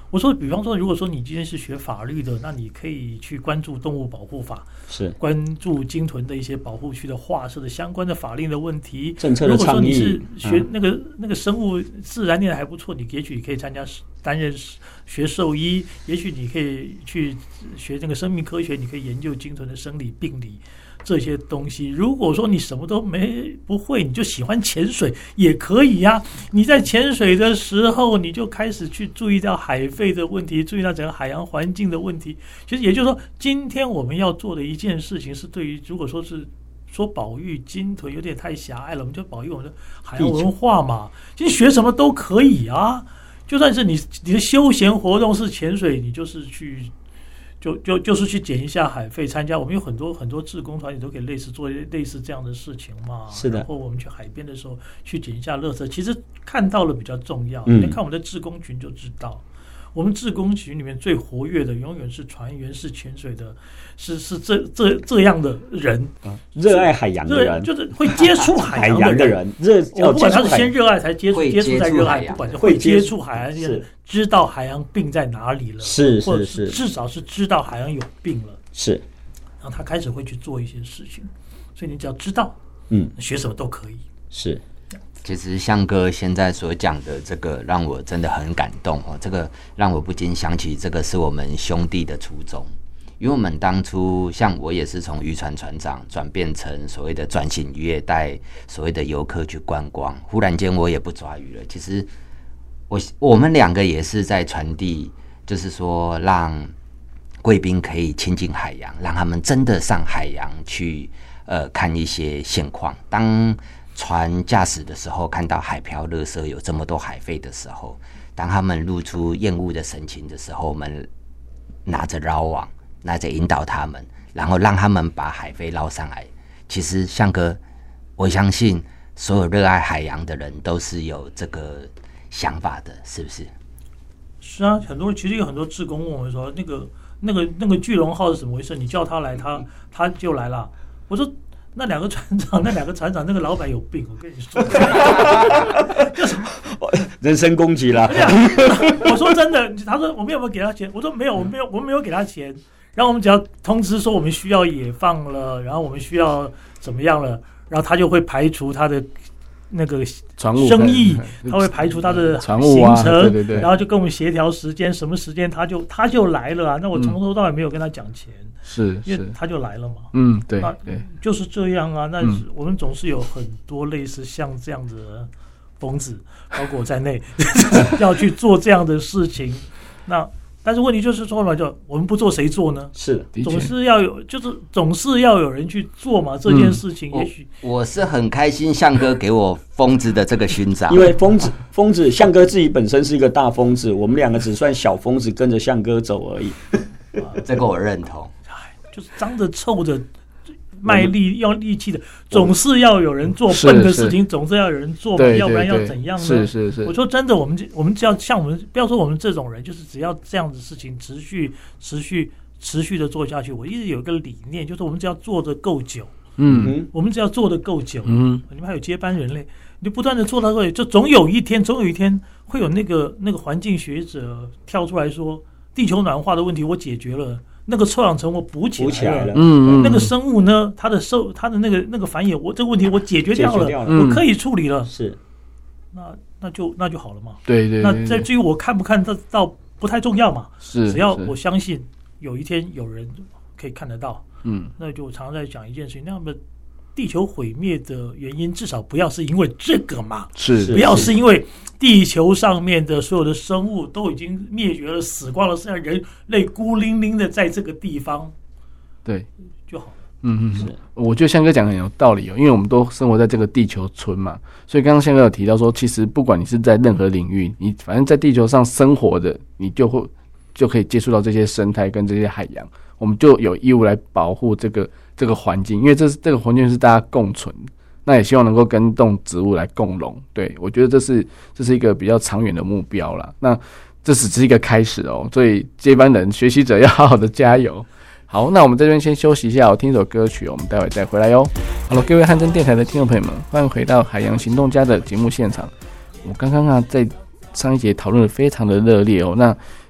Speaker 8: 我说，比方说，如果说你今天是学法律的，那你可以去关注动物保护法，
Speaker 3: 是
Speaker 8: 关注鲸豚的一些保护区的划设的相关的法令的问题，
Speaker 3: 政策的倡议。
Speaker 8: 如果说你是学那个、嗯、那个生物自然念的还不错，你也许你可以参加担任学兽医，也许你可以去学那个生命科学，你可以研究鲸豚的生理病理。这些东西，如果说你什么都没不会，你就喜欢潜水也可以呀、啊。你在潜水的时候，你就开始去注意到海废的问题，注意到整个海洋环境的问题。其实也就是说，今天我们要做的一件事情是对于，如果说是说保育鲸豚有点太狭隘了，我们就保育我们的海洋文化嘛。其实学什么都可以啊，就算是你你的休闲活动是潜水，你就是去。就就就是去捡一下海废，参加我们有很多很多志工团体都可以类似做类似这样的事情嘛。
Speaker 3: 是的。
Speaker 8: 然后我们去海边的时候去捡一下垃圾，其实看到了比较重要。嗯。你看我们的志工群就知道，我们志工群里面最活跃的永远是船员、是潜水的，是是这这这样的人。
Speaker 3: 啊，热爱海洋的人，
Speaker 8: 就是会接触海洋
Speaker 3: 的人。热，
Speaker 8: 我不管他是先热爱才接触，接触再热爱，不管会接触海洋的。知道海洋病在哪里了，
Speaker 3: 是是是，
Speaker 8: 至少是知道海洋有病了，
Speaker 3: 是，
Speaker 8: 然后他开始会去做一些事情，所以你只要知道，
Speaker 3: 嗯，
Speaker 8: 学什么都可以。
Speaker 2: 是，其实向哥现在所讲的这个让我真的很感动哦，这个让我不禁想起这个是我们兄弟的初衷，因为我们当初像我也是从渔船船长转变成所谓的转型渔业，带所谓的游客去观光，忽然间我也不抓鱼了，其实。我我们两个也是在传递，就是说让贵宾可以亲近海洋，让他们真的上海洋去呃看一些现况。当船驾驶的时候，看到海漂垃圾有这么多海废的时候，当他们露出厌恶的神情的时候，我们拿着捞网，拿着引导他们，然后让他们把海废捞上来。其实向哥，我相信所有热爱海洋的人都是有这个想法的，是不是？
Speaker 8: 是啊，很多其实有很多志工问我说，那个那个那个巨龙号是怎么回事？你叫他来，他他就来了。我说那两个船长，那两个船长，那个老板有病，我跟你说，就是
Speaker 3: 人身攻击了。
Speaker 8: 我说真的，他说我们有没有给他钱？我说没有，我没有，我们没有给他钱。然后我们只要通知说我们需要野放了，然后我们需要怎么样了，然后他就会排除他的。那个生意，他会排除他的行程，
Speaker 7: 对对对，
Speaker 8: 然后就跟我们协调时间，什么时间他就他就来了啊。那我从头到尾没有跟他讲钱，
Speaker 7: 是，
Speaker 8: 因为他就来了嘛。
Speaker 7: 嗯，对对，
Speaker 8: 就是这样啊。那我们总是有很多类似像这样的疯子，包括我在内，要去做这样的事情。那但是问题就是说嘛，就我们不做谁做呢？
Speaker 3: 是，
Speaker 8: 总是要有，就是总是要有人去做嘛。这件事情，也许、
Speaker 2: 嗯、我, 我是很开心，向哥给我疯子的这个勋章，
Speaker 3: 因为疯子，疯子，向哥自己本身是一个大疯子，我们两个只算小疯子，跟着向哥走而已。
Speaker 2: 这个我认同。
Speaker 8: 就是脏的、臭的。卖力要力气的，总是要有人做笨的事情，总是要有人做嘛，要不然要怎样呢？
Speaker 7: 是是是。
Speaker 8: 我说真的，我们我们只要像我们，不要说我们这种人，就是只要这样的事情持续、持续、持续的做下去。我一直有一个理念，就是我们只要做的够久，
Speaker 7: 嗯，
Speaker 8: 我们只要做的够久，
Speaker 7: 嗯，
Speaker 8: 你们还有接班人类，你不断的做到够久，就总有一天，总有一天会有那个那个环境学者跳出来说，地球暖化的问题我解决了。那个臭氧层我补起来 了,
Speaker 3: 起来了，
Speaker 7: 嗯，
Speaker 8: 那个生物呢，它的受它的那个那个繁衍，我这个问题我解决掉 了,
Speaker 3: 掉了
Speaker 8: 我可以处理了，
Speaker 3: 是，
Speaker 8: 那那就那就好了嘛。
Speaker 7: 对 对, 对, 对，
Speaker 8: 那在至于我看不看得到不太重要嘛，
Speaker 7: 是，
Speaker 8: 只要我相信有一天有人可以看得到，
Speaker 7: 嗯，
Speaker 8: 那就我常常在讲一件事情，那么地球毁灭的原因至少不要是因为这个嘛，
Speaker 7: 是，
Speaker 8: 不要是因为地球上面的所有的生物都已经灭绝了、死光了，剩下人类孤零零的在这个地方，
Speaker 7: 对，
Speaker 8: 就好了。
Speaker 7: 嗯嗯，是，我觉得向哥讲的很有道理哦，因为我们都生活在这个地球村嘛，所以刚刚向哥有提到说，其实不管你是在任何领域，你反正在地球上生活的，你就会就可以接触到这些生态跟这些海洋，我们就有义务来保护这个这个环境，因为这是这个环境是大家共存。那也希望能够跟动植物来共荣，对，我觉得这是这是一个比较长远的目标啦。那这只是一个开始哦，所以接班人、学习者要好好的加油。好，那我们这边先休息一下，我听首歌曲，我们待会再回来哟。好了，各位汉声电台的听众朋友们，欢迎回到海洋行动家的节目现场。我刚刚啊在上一节讨论的非常的热烈哦，那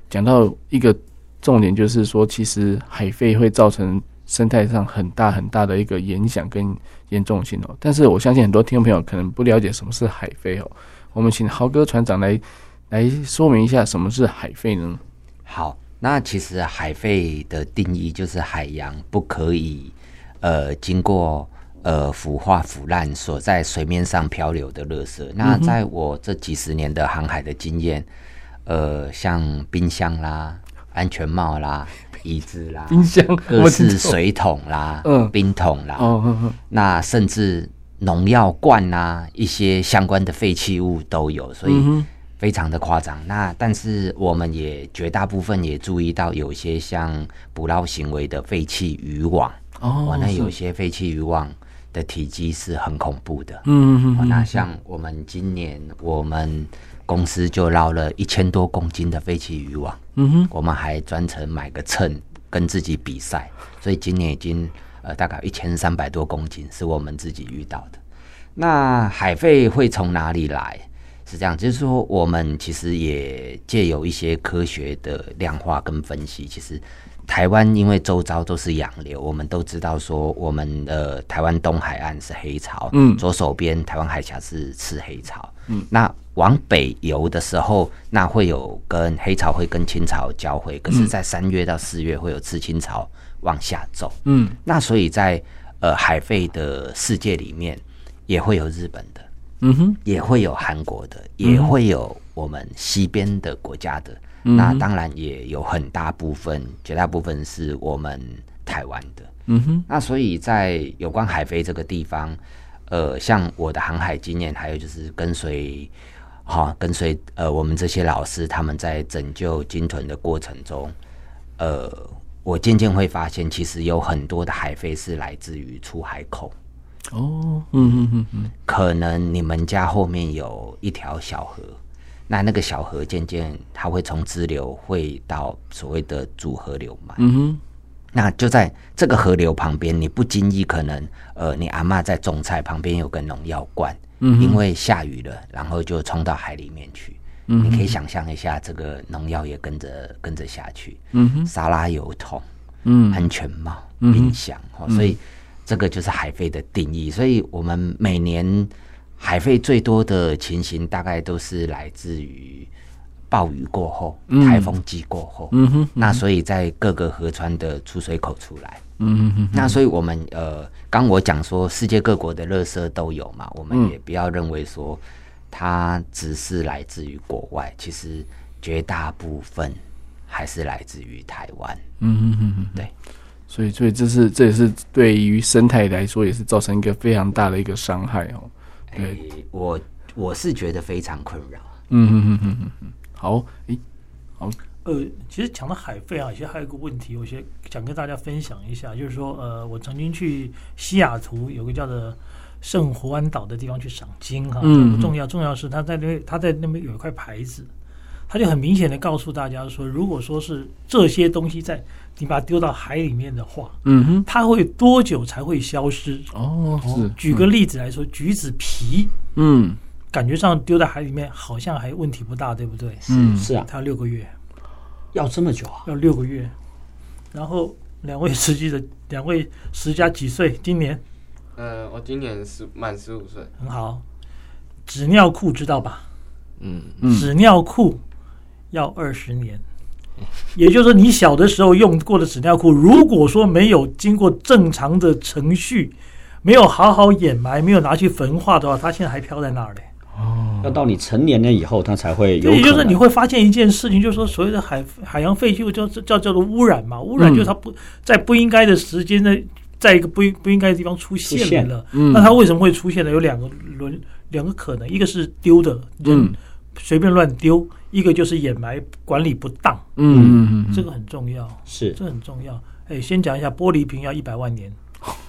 Speaker 7: 讲到一个重点，就是说，其实海废会造成生态上很大很大的一个影响跟严重性哦。但是我相信很多听众朋友可能不了解什么是海废哦。我们请豪哥船长来来说明一下什么是海废呢？
Speaker 2: 好，那其实海废的定义就是海洋不可以呃经过呃腐化腐烂所在水面上漂流的垃圾。那在我这几十年的航海的经验，呃，像冰箱啦、安全帽啦、椅子啦、
Speaker 7: 冰箱、
Speaker 2: 各式水桶啦、
Speaker 7: 嗯、
Speaker 2: 冰桶啦，
Speaker 7: 哦嗯嗯、那
Speaker 2: 甚至农药罐啊，一些相关的废弃物都有，所以非常的夸张。那但是我们也绝大部分也注意到，有些像捕捞行为的废弃渔网，哦，那有些废弃渔网的体积是很恐怖的。嗯嗯，那像我们今年我们公司就捞了一千多公斤的废弃渔网，嗯哼，我们还专程买个秤跟自己比赛，所以今年已经呃大概一千三百多公斤是我们自己遇到的。那海废会从哪里来？是这样，就是说我们其实也借由一些科学的量化跟分析，其实台湾因为周遭都是洋流，我们都知道说我们的台湾东海岸是黑潮，嗯，左手边台湾海峡是赤黑潮，嗯，那往北游的时候，那会有跟黑潮会跟青潮交汇，可是在三月到四月会有赤青潮往下走，嗯，那所以在呃海废的世界里面也会有日本的，嗯哼，也会有韩国的，也会有我们西边的国家的。嗯、那当然也有很大部分，绝大部分是我们台湾的。嗯哼，那所以在有关海废这个地方，呃，像我的航海经验，还有就是跟随，哈、哦，跟随呃我们这些老师他们在拯救鲸豚的过程中，呃，我渐渐会发现，其实有很多的海废是来自于出海口。哦，嗯嗯嗯嗯，可能你们家后面有一条小河。那那个小河渐渐它会从支流汇到所谓的主河流嘛，嗯哼，那就在这个河流旁边，你不经意可能呃，你阿嬷在种菜，旁边有个农药罐，嗯，因为下雨了，然后就冲到海里面去，嗯，你可以想象一下，这个农药也跟着跟着下去，嗯哼，沙拉油桶，嗯，安全帽，嗯、冰箱、哦，所以这个就是海废的定义，所以我们每年。海废最多的情形大概都是来自于暴雨过后、嗯、台风季过后、嗯哼嗯哼，那所以在各个河川的出水口出来，嗯哼嗯哼，那所以我们呃，刚我讲说世界各国的垃圾都有嘛，我们也不要认为说它只是来自于国外，其实绝大部分还是来自于台湾，嗯哼嗯哼，对。
Speaker 7: 所以，所以这是这也是对于生态来说，也是造成一个非常大的一个伤害哦。
Speaker 2: 对，欸、我我是觉得非常困扰。
Speaker 7: 嗯嗯嗯嗯嗯，好，诶、欸，好，
Speaker 8: 呃，其实讲到海废啊，其实还有一个问题，我先想跟大家分享一下，就是说，呃，我曾经去西雅图有个叫做圣胡安岛的地方去赏鲸哈，嗯，不重要，重要是他在那他在那边有一块牌子，他就很明显的告诉大家说，如果说是这些东西在你把它丢到海里面的话，嗯哼，它会多久才会消失？哦，是。举个例子来说，橘子皮，嗯，感觉上丢在海里面好像还问题不大，对不对？
Speaker 3: 嗯，是啊，
Speaker 8: 它要六个月，
Speaker 3: 要这么久啊？
Speaker 8: 要六个月。然后两位实际的，两位十加几岁？今年？
Speaker 5: 呃，我今年是满十五岁。
Speaker 8: 很好。纸尿裤知道吧？嗯嗯。纸尿裤要二十年。也就是说，你小的时候用过的纸尿裤，如果说没有经过正常的程序，没有好好掩埋，没有拿去焚化的话，它现在还飘在那儿嘞。
Speaker 3: 哦，要到你成年了以后，它才会有可能。
Speaker 8: 也就是你会发现一件事情，就是说所谓的海海洋废弃物叫叫叫做污染嘛，污染就是它不、嗯、在不应该的时间呢，在一个不不应该的地方出现了。嗯、那它为什么会出现呢？有两个轮两个可能，一个是丢的人、嗯、随便乱丢。一个就是掩埋管理不当，嗯，这个很重要，
Speaker 3: 是，
Speaker 8: 这很重要。哎，先讲一下玻璃瓶要一百万年，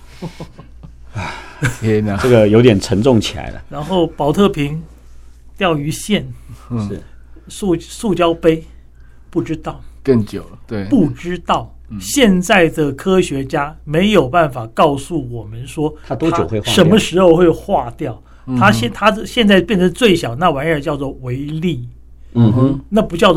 Speaker 3: 天哪，这个有点沉重起来了。
Speaker 8: 然后保特瓶、钓鱼线，是塑塑胶杯，不知道
Speaker 7: 更久了，对，
Speaker 8: 不知道。嗯、现在的科学家没有办法告诉我们说
Speaker 3: 它多久会化掉，
Speaker 8: 什么时候会化掉。嗯、它现它现在变成最小那玩意儿叫做微粒。嗯哼，那不叫做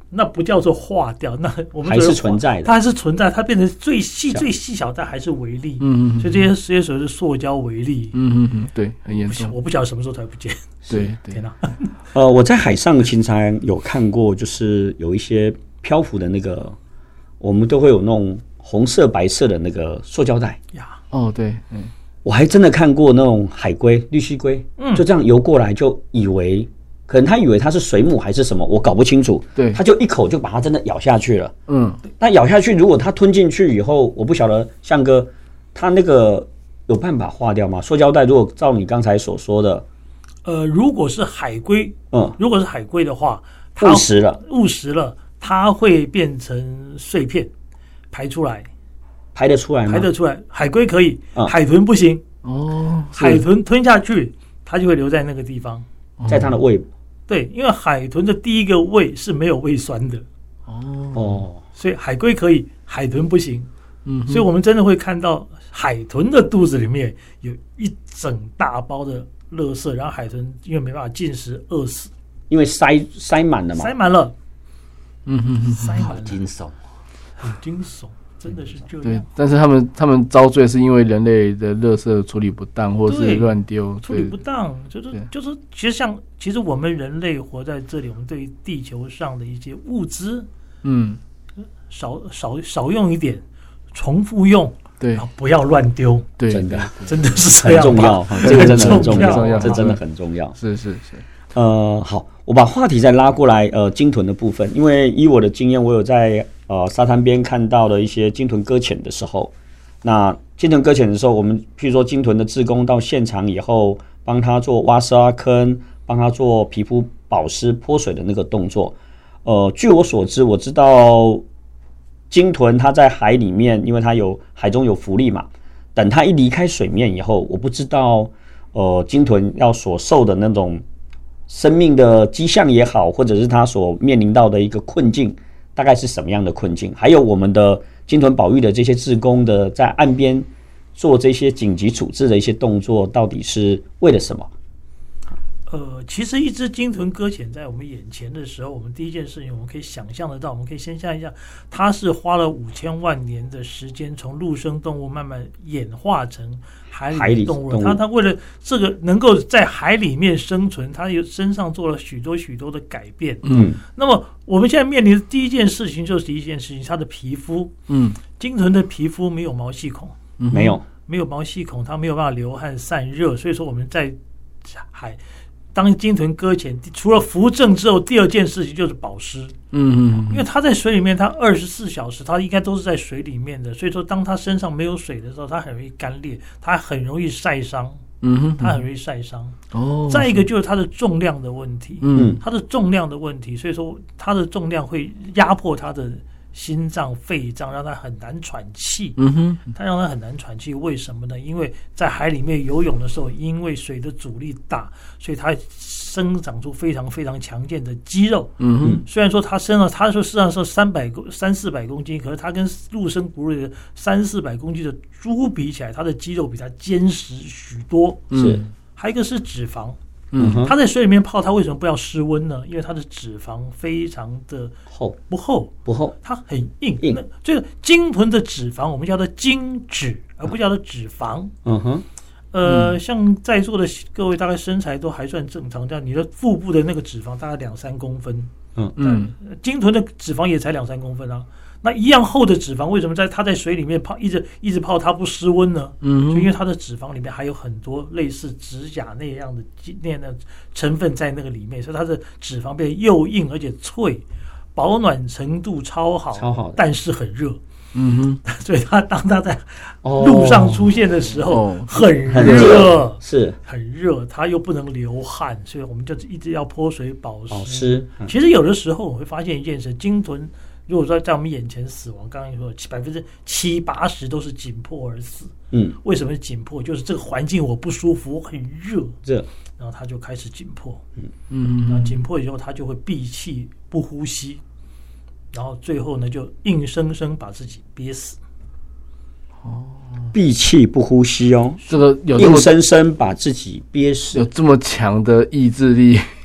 Speaker 8: 那不叫做化掉，那我们
Speaker 3: 还是存在的，
Speaker 8: 它还是存在，它变成最细最细小，但还是微粒。
Speaker 7: 嗯嗯，
Speaker 8: 所以这些这些所谓的塑胶微粒，
Speaker 7: 嗯嗯嗯，对，很严重。
Speaker 8: 我不晓得什么时候才不见。
Speaker 7: 对对，
Speaker 8: 天哪！
Speaker 3: 呃，我在海上经常有看过，就是有一些漂浮的那个，我们都会有那种红色、白色的那个塑胶袋
Speaker 8: 呀。
Speaker 7: 哦，对，嗯，
Speaker 3: 我还真的看过那种海龟、绿蜥龟，嗯，就这样游过来，就以为可能他以为它是水母还是什么，我搞不清楚。
Speaker 7: 对，
Speaker 3: 他就一口就把它真的咬下去了。
Speaker 7: 嗯，
Speaker 3: 那咬下去，如果它吞进去以后，我不晓得象哥他那个有办法化掉吗？塑胶袋如果照你刚才所说的。
Speaker 8: 呃，如果是海龟，
Speaker 3: 嗯，
Speaker 8: 如果是海龟的话，它
Speaker 3: 误食了，
Speaker 8: 误食了，它会变成碎片排出来，
Speaker 3: 排得出来吗？
Speaker 8: 排得出来。海龟可以，
Speaker 3: 嗯、
Speaker 8: 海豚不行。
Speaker 7: 哦，
Speaker 8: 海豚吞下去，它就会留在那个地方，
Speaker 3: 在它的胃。
Speaker 8: 对，因为海豚的第一个胃是没有胃酸的。
Speaker 3: 哦，
Speaker 8: 所以海龟可以，海豚不行。
Speaker 7: 嗯，
Speaker 8: 所以我们真的会看到海豚的肚子里面有一整大包的垃圾，然后海豚因为没办法进食饿死，
Speaker 3: 因为塞塞满了嘛，
Speaker 8: 塞满了，
Speaker 7: 嗯哼哼，
Speaker 8: 塞满了，
Speaker 2: 好惊悚，
Speaker 8: 很惊悚，真的是这样。
Speaker 7: 对，但是他们他们遭罪是因为人类的垃圾处理不当，或是乱丢，
Speaker 8: 处理不当，就是就是，其实像其实我们人类活在这里，我们对于地球上的一些物资，
Speaker 7: 嗯，
Speaker 8: 少少少用一点，重复用。
Speaker 7: 对，
Speaker 8: 不要乱丢。
Speaker 7: 对，
Speaker 3: 真的，
Speaker 8: 真的是这样，
Speaker 3: 很重要，这个真的很重
Speaker 7: 要，
Speaker 3: 这真的很重要。
Speaker 7: 是是是。
Speaker 3: 呃，好，我把话题再拉过来，呃，鲸豚的部分，因为依我的经验，我有在呃沙滩边看到的一些鲸豚搁浅的时候，那鲸豚搁浅的时候，我们譬如说鲸豚的志工到现场以后，帮他做挖沙坑，帮他做皮肤保湿泼水的那个动作。呃，据我所知，我知道。鲸豚它在海里面，因为它有海中有浮力嘛，等它一离开水面以后，我不知道，呃，鲸豚要所受的那种生命的迹象也好，或者是它所面临到的一个困境，大概是什么样的困境？还有我们的鲸豚保育的这些志工的在岸边做这些紧急处置的一些动作，到底是为了什么？
Speaker 8: 呃，其实一只鲸豚搁浅在我们眼前的时候，我们第一件事情我们可以想象得到，我们可以先想一下，它是花了五千万年的时间，从陆生动物慢慢演化成海里的动物。它它为了这个能够在海里面生存，它有身上做了许多许多的改变。
Speaker 7: 嗯，
Speaker 8: 那么我们现在面临的第一件事情就是第一件事情，它的皮肤。嗯，鲸豚的皮肤没有毛细孔，
Speaker 3: 嗯、没有
Speaker 8: 没有毛细孔，它没有办法流汗散热，所以说我们在海。当鲸豚搁浅，除了扶正之后，第二件事情就是保湿。嗯嗯，因为它在水里面，它二十四小时，它应该都是在水里面的，所以说当它身上没有水的时候，它很容易干裂，它很容易晒伤。嗯哼，它很容易晒伤。哦，再一个就是它的重量的问题。嗯，它的重量的问题，所以说它的重量会压迫它的心脏、肺脏，让它很难喘气。嗯哼，它让它很难喘气，为什么呢？因为在海里面游泳的时候，因为水的阻力大，所以它生长出非常非常强健的肌肉。嗯哼，虽然说它身上，它说实际上是三百公三四百公斤，可是它跟陆生哺乳的三四百公斤的猪比起来，它的肌肉比它坚实许多。
Speaker 3: 是，
Speaker 8: 还有一个是脂肪。嗯，它在水里面泡，它为什么不要失温呢？因为它的脂肪非常的
Speaker 3: 厚，
Speaker 8: 不厚
Speaker 3: 不厚，
Speaker 8: 它很硬。
Speaker 3: 硬，
Speaker 8: 这个鲸豚的脂肪我们叫做鲸脂，而不叫做脂肪。嗯哼，呃，嗯、像在座的各位大概身材都还算正常，这样你的腹部的那个脂肪大概两三公分。嗯嗯，鲸豚的脂肪也才两三公分啊。那一样厚的脂肪，为什么在它在水里面泡一直一直泡它不失温呢？嗯，就因为它的脂肪里面还有很多类似指甲那样的那样的成分在那个里面，所以它的脂肪变得又硬而且脆，保暖程度超好，
Speaker 3: 超好，
Speaker 8: 但是很热。嗯哼，所以它当它在路上出现的时候，哦、很热，
Speaker 3: 是
Speaker 8: 很热，它又不能流汗，所以我们就一直要泼水保湿。
Speaker 3: 保湿。
Speaker 8: 嗯、其实有的时候我会发现一件事，鲸豚。如果说在我们眼前死亡，刚刚说百分之七八十都是紧迫而死。嗯，为什么紧迫？就是这个环境我不舒服，我很热，
Speaker 3: 热，
Speaker 8: 然后他就开始紧迫。嗯嗯，然后紧迫以后，他就会闭气不呼吸，然后最后呢，就硬生生把自己憋死。
Speaker 3: 哦，闭气不呼吸哦，
Speaker 7: 这个有
Speaker 3: 硬生生把自己憋死，
Speaker 7: 有这么强的意志力。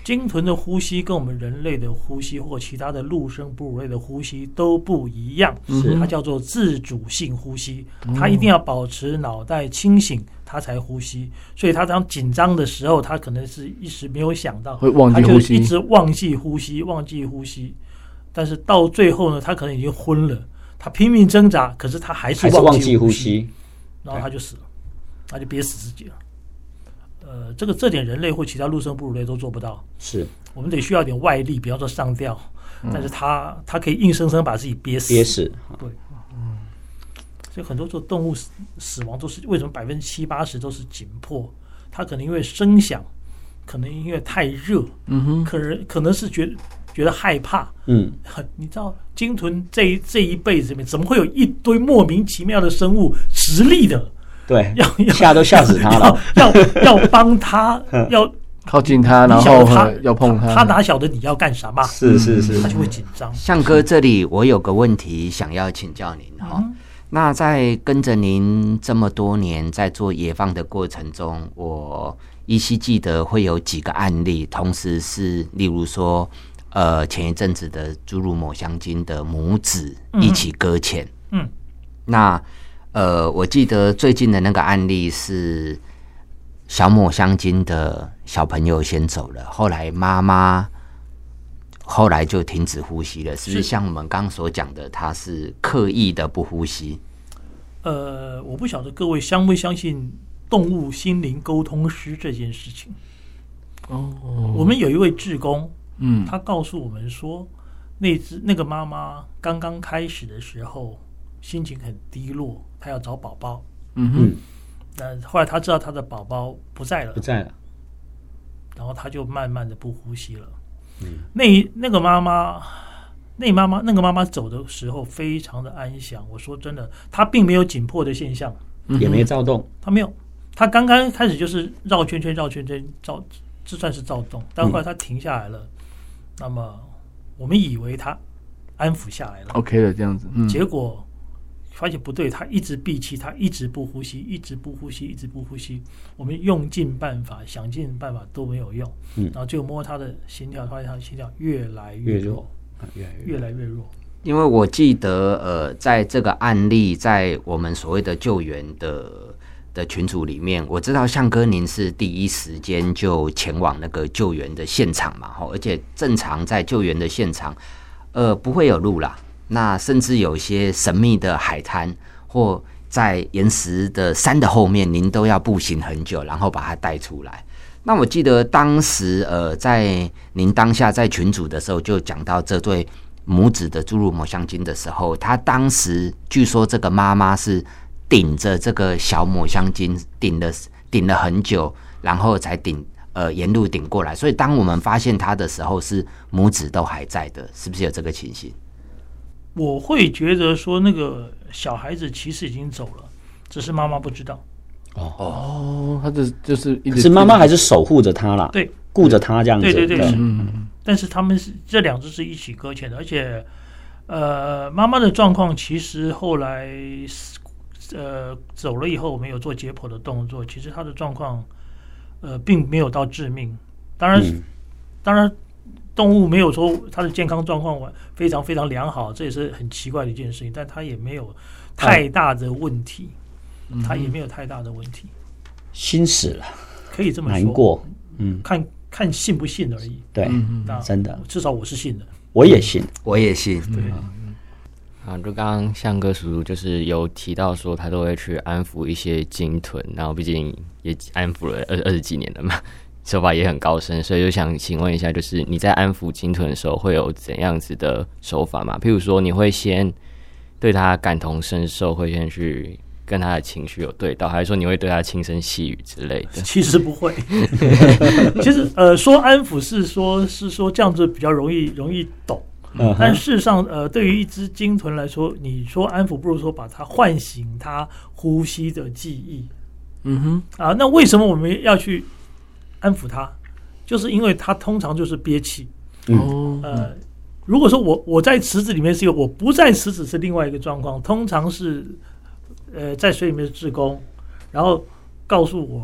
Speaker 8: 鲸豚的呼吸跟我们人类的呼吸或其他的陆生哺乳类的呼吸都不一样，
Speaker 3: 是
Speaker 8: 它叫做自主性呼吸，它一定要保持脑袋清醒，它才呼吸。所以它当紧张的时候，它可能是一时没有想到，
Speaker 7: 会忘记呼吸，
Speaker 8: 它就一直忘记呼吸，忘记呼吸。但是到最后呢，它可能已经昏了，它拼命挣扎，可是它还是忘记呼吸，然后它就死了，它就憋死自己了。呃，这个这点人类或其他陆生哺乳类都做不到，
Speaker 3: 是
Speaker 8: 我们得需要一点外力，比方说上吊，嗯、但是它它可以硬生生把自己憋死。
Speaker 3: 憋死，
Speaker 8: 对，嗯，所以很多做动物死死亡都是为什么百分之七八十都是紧迫？它可能因为声响，可能因为太热，嗯哼，可能可能是觉得觉得害怕，嗯，你知道鲸豚这一这一辈子里面怎么会有一堆莫名其妙的生物直立的？
Speaker 3: 对，
Speaker 8: 要
Speaker 3: 吓都吓死他了，
Speaker 8: 要要要帮他，要
Speaker 7: 靠近他，然后要碰他，
Speaker 8: 他哪晓得你要干什么？
Speaker 3: 是是是，
Speaker 8: 他就会紧张。
Speaker 2: 象哥，这里我有个问题想要请教您哈。嗯、那在跟着您这么多年在做野放的过程中，我依稀记得会有几个案例，同时是例如说，呃，前一阵子的侏儒抹香鲸的母子一起搁浅，嗯，嗯那。呃，我记得最近的那个案例是小抹香鲸的小朋友先走了，后来妈妈后来就停止呼吸了，是不是像我们刚刚所讲的，他是刻意的不呼吸？
Speaker 8: 呃，我不晓得各位相不相信动物心灵沟通师这件事情。哦，我们有一位志工，嗯，他告诉我们说，那只那个妈妈刚刚开始的时候心情很低落。他要找宝宝，嗯哼，那后来他知道他的宝宝不在了，
Speaker 3: 不在了，
Speaker 8: 然后他就慢慢的不呼吸了。嗯，那那个妈妈，那妈妈那个妈妈走的时候非常的安详。我说真的，她并没有紧迫的现象，
Speaker 3: 也没躁动，
Speaker 8: 她没有，她刚刚开始就是绕圈圈绕圈圈，躁，这算是躁动，但后来她停下来了。嗯、那么我们以为她安抚下来了
Speaker 7: ，OK 了这样子，嗯、
Speaker 8: 结果。发现不对，他一直闭气，他一直不呼吸，一直不呼吸，一直不呼吸。我们用尽办法，想尽办法都没有用。嗯，然后就摸他的心跳，发现他的心跳越来越弱，越来越越来越弱。
Speaker 2: 因为我记得，呃，在这个案例，在我们所谓的救援的的群组里面，我知道象哥您是第一时间就前往那个救援的现场嘛，而且正常在救援的现场，呃，不会有路啦。那甚至有些神秘的海滩，或在岩石的山的后面，您都要步行很久，然后把它带出来。那我记得当时，呃，在您当下在群组的时候，就讲到这对母子的侏儒抹香鲸的时候，他当时据说这个妈妈是顶着这个小抹香鲸顶了顶了很久，然后才顶呃沿路顶过来。所以当我们发现他的时候，是母子都还在的，是不是有这个情形？
Speaker 8: 我会觉得说，那个小孩子其实已经走了，只是妈妈不知道。
Speaker 7: 哦哦，他的就是一直，
Speaker 3: 是妈妈还是守护着他啦，
Speaker 8: 对，
Speaker 3: 顾着他这样子。
Speaker 8: 对对对，嗯。但是他们是这两只是一起搁浅的，而且，呃，妈妈的状况其实后来，呃，走了以后，我们有做解剖的动作，其实她的状况，呃，并没有到致命。当然，嗯、当然。动物没有说它的健康状况非常非常良好，这也是很奇怪的一件事情。但它也没有太大的问题，嗯、它也没有太大的问题。
Speaker 3: 心死了，
Speaker 8: 可以这么说。
Speaker 3: 难过，嗯，
Speaker 8: 看看信不信而已。
Speaker 3: 对，
Speaker 8: 嗯、
Speaker 3: 真的，
Speaker 8: 至少我是信的。
Speaker 3: 我也信，
Speaker 2: 我也信。
Speaker 8: 对。
Speaker 6: 啊，就刚刚象哥叔叔就是有提到说，他都会去安抚一些鲸豚，然后毕竟也安抚了二二十几年了嘛。手法也很高深，所以就想请问一下，就是你在安抚鲸豚的时候会有怎样子的手法吗？譬如说，你会先对他感同身受，会先去跟他的情绪有对到，还是说你会对他轻声细语之类的？
Speaker 8: 其实不会，其实呃，说安抚是说是说这样子比较容易容易懂，嗯、但事实上呃，对于一只鲸豚来说，你说安抚不如说把它唤醒它呼吸的记忆。嗯哼，啊，那为什么我们要去安抚它？就是因为它通常就是憋气。哦、嗯，呃，如果说我我在池子里面是一个，我不在池子是另外一个状况。通常是，呃，在水里面是志工，然后告诉我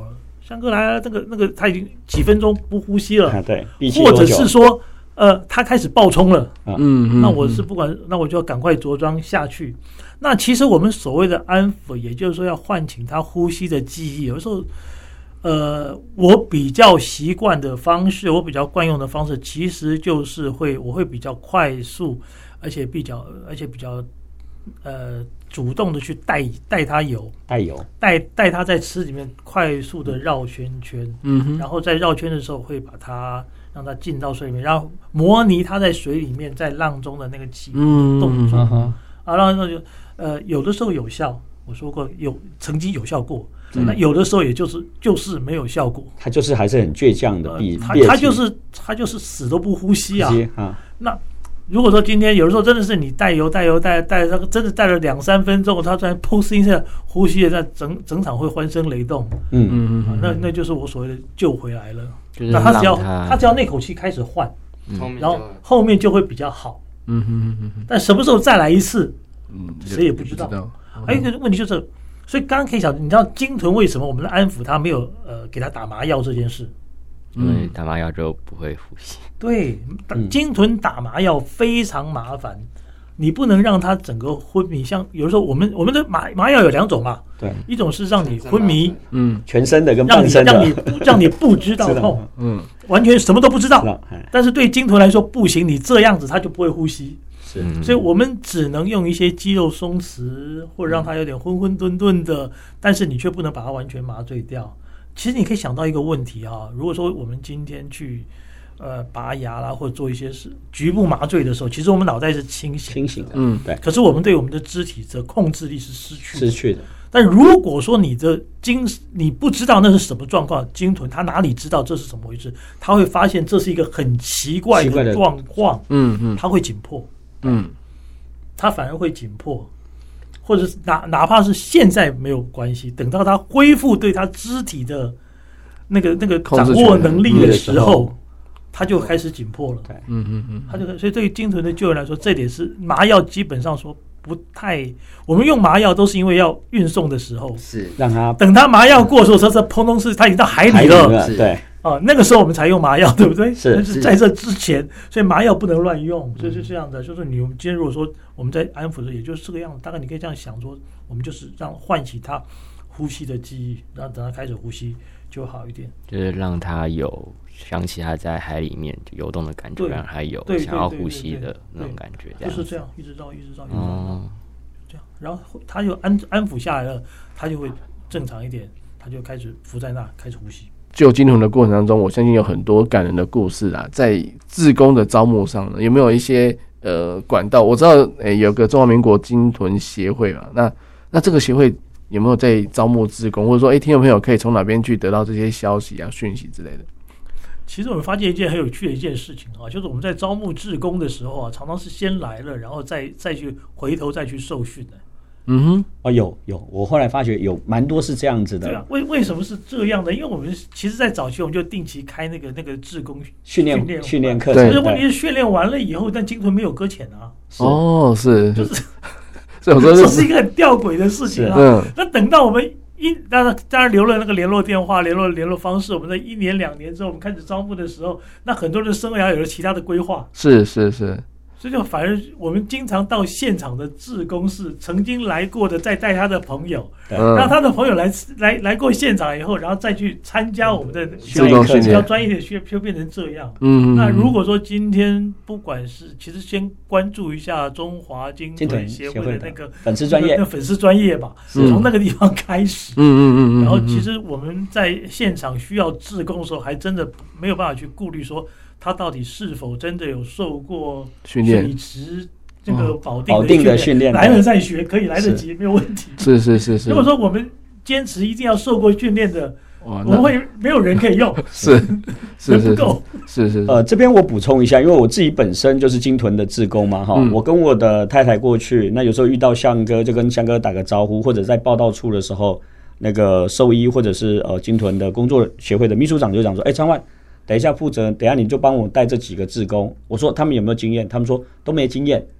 Speaker 8: 香哥来了，那个那个他已经几分钟不呼吸了，
Speaker 3: 啊、对，
Speaker 8: 或者是说呃他开始爆冲了，
Speaker 3: 嗯
Speaker 7: 嗯，
Speaker 8: 那我是不管，那我就要赶快着装下去。那其实我们所谓的安抚，也就是说要唤醒他呼吸的记忆，有时候。呃，我比较习惯的方式，我比较惯用的方式，其实就是会，我会比较快速，而且比较，而且比较，呃，主动的去带带他游，
Speaker 3: 带游，
Speaker 8: 带带他在池里面快速的绕圈圈，
Speaker 7: 嗯哼，
Speaker 8: 然后在绕圈的时候会把它让他进到水里面，然后模拟他在水里面在浪中的那个起伏的动作，
Speaker 7: 嗯、
Speaker 8: 啊，然后就呃，有的时候有效，我说过有曾经有效过。那有的时候也就是就是没有效果，
Speaker 3: 他就是还是很倔强的，比、
Speaker 8: 呃、他他就是他就是死都不呼吸啊。
Speaker 3: 啊
Speaker 8: 那如果说今天有的时候真的是你带油带油带带他真的带了两三分钟，他突然砰一下呼吸了，那整整场会欢声雷动。
Speaker 3: 嗯嗯嗯，
Speaker 8: 那那就是我所谓的救回来了。
Speaker 6: 就是
Speaker 8: 那他只要
Speaker 6: 他
Speaker 8: 他只要那口气开始换，
Speaker 5: 嗯、
Speaker 8: 然后后面就会比较好。
Speaker 7: 嗯哼哼哼。
Speaker 8: 但什么时候再来一次，
Speaker 7: 嗯，
Speaker 8: 谁也不知道。
Speaker 7: 知道
Speaker 8: 还有一个问题就是。所以刚刚可以晓得，你知道鲸豚为什么我们的安抚它没有呃给它打麻药这件事？
Speaker 6: 因为打麻药就不会呼吸。
Speaker 8: 对，鲸豚打麻药非常麻烦，你不能让它整个昏迷。像有的时候我们我们的麻麻药有两种嘛，
Speaker 3: 对，
Speaker 8: 一种是让你昏迷，
Speaker 3: 嗯，全身的跟半身的，
Speaker 8: 让你让你让你不知道痛，嗯，完全什么都不知道。但是对鲸豚来说不行，你这样子它就不会呼吸。
Speaker 3: 是，
Speaker 8: 所以我们只能用一些肌肉松弛，或者让它有点昏昏沌沌的，但是你却不能把它完全麻醉掉。其实你可以想到一个问题啊，如果说我们今天去呃拔牙啦，或者做一些事局部麻醉的时候，其实我们脑袋是清醒
Speaker 3: 清醒的，
Speaker 7: 嗯，
Speaker 3: 对。
Speaker 8: 可是我们对我们的肢体的控制力是失去
Speaker 3: 失去的。
Speaker 8: 但如果说你的鲸你不知道那是什么状况，鲸豚它哪里知道这是怎么回事？它会发现这是一个很奇怪的状况，
Speaker 7: 嗯嗯，
Speaker 8: 它会紧迫。
Speaker 7: 嗯，
Speaker 8: 他反而会紧迫，或者是哪哪怕是现在没有关系，等到他恢复对他肢体的那个那个掌握能力的时候，他就开始紧迫了。对，
Speaker 7: 嗯嗯嗯，
Speaker 8: 他就所以对于鲸豚的救援来说，这点是麻药基本上说不太，我们用麻药都是因为要运送的时候，
Speaker 2: 是
Speaker 8: 让他等他麻药过的时候，这这砰咚是他已经到海里了，
Speaker 3: 了对。
Speaker 8: 哦，那个时候我们才用麻药，对不对？
Speaker 3: 是
Speaker 8: 是在这之前，所以麻药不能乱用，所以是这样的。就是你今天如果说我们在安抚的时候，也就是这个样子。大概你可以这样想说，我们就是让唤起他呼吸的记忆，然后等他开始呼吸就好一点。
Speaker 6: 就是让他有想起他在海里面游动的感觉，让他有想要呼吸的那种感觉，这样
Speaker 8: 就是这样，一直绕，一直绕，一直绕，哦、这样。然后他就安安抚下来了，他就会正常一点，他就开始浮在那，开始呼吸。
Speaker 7: 救鲸豚的过程当中，我相信有很多感人的故事啊。在志工的招募上呢，有没有一些呃管道？我知道，诶、欸，有个中华民国鲸豚协会嘛，那那这个协会有没有在招募志工，或者说，诶、欸，听众朋友可以从哪边去得到这些消息啊、讯息之类的？
Speaker 8: 其实我们发现一件很有趣的一件事情啊，就是我们在招募志工的时候啊，常常是先来了，然后再再去回头再去受训的。
Speaker 3: 嗯哼，哦，有有，我后来发觉有蛮多是这样子的。
Speaker 8: 对啊，为为什么是这样的？因为我们其实，在早期我们就定期开那个那个志工
Speaker 3: 训练训练课程。
Speaker 8: 可是问题是训练完了以后，但鲸豚没有搁浅啊。
Speaker 7: 哦，是，
Speaker 8: 就是，
Speaker 7: 所以我说
Speaker 8: 这是一个很吊诡的事情啊。嗯，那等到我们一当然当然留了那个联络电话、联络联络方式，我们在一年两年之后，我们开始招募的时候，那很多人生涯有了其他的规划。
Speaker 7: 是是是。
Speaker 8: 所以就反而我们经常到现场的志工是曾经来过的，再带他的朋友，让他的朋友来来来过现场以后，然后再去参加我们的训练课，比较专业的学，就变成这样。嗯，那如果说今天不管是，其实先关注一下中华鲸豚协会的那个
Speaker 3: 粉丝专业，
Speaker 8: 那粉丝专业吧，从那个地方开始。
Speaker 7: 嗯嗯嗯。
Speaker 8: 然后其实我们在现场需要志工的时候，还真的没有办法去顾虑说。他到底是否真的有受过
Speaker 7: 训练？
Speaker 8: 水池这个保
Speaker 3: 定的训练，
Speaker 8: 来了再学可以来得及，没有问题。
Speaker 7: 是是是是。
Speaker 8: 如果说我们坚持一定要受过训练的，我们会没有人可以用，
Speaker 7: 是是
Speaker 8: 不够。
Speaker 7: 是是。
Speaker 3: 呃，这边我补充一下，因为我自己本身就是鲸豚的志工嘛，哈、嗯，我跟我的太太过去，那有时候遇到象哥就跟象哥打个招呼，或者在报道处的时候，那个兽医或者是呃鲸豚的工作协会的秘书长就讲说，哎、欸，昌万。等一下，负责人，等一下你就帮我带这几个志工。我说他们有没有经验？他们说都没经验。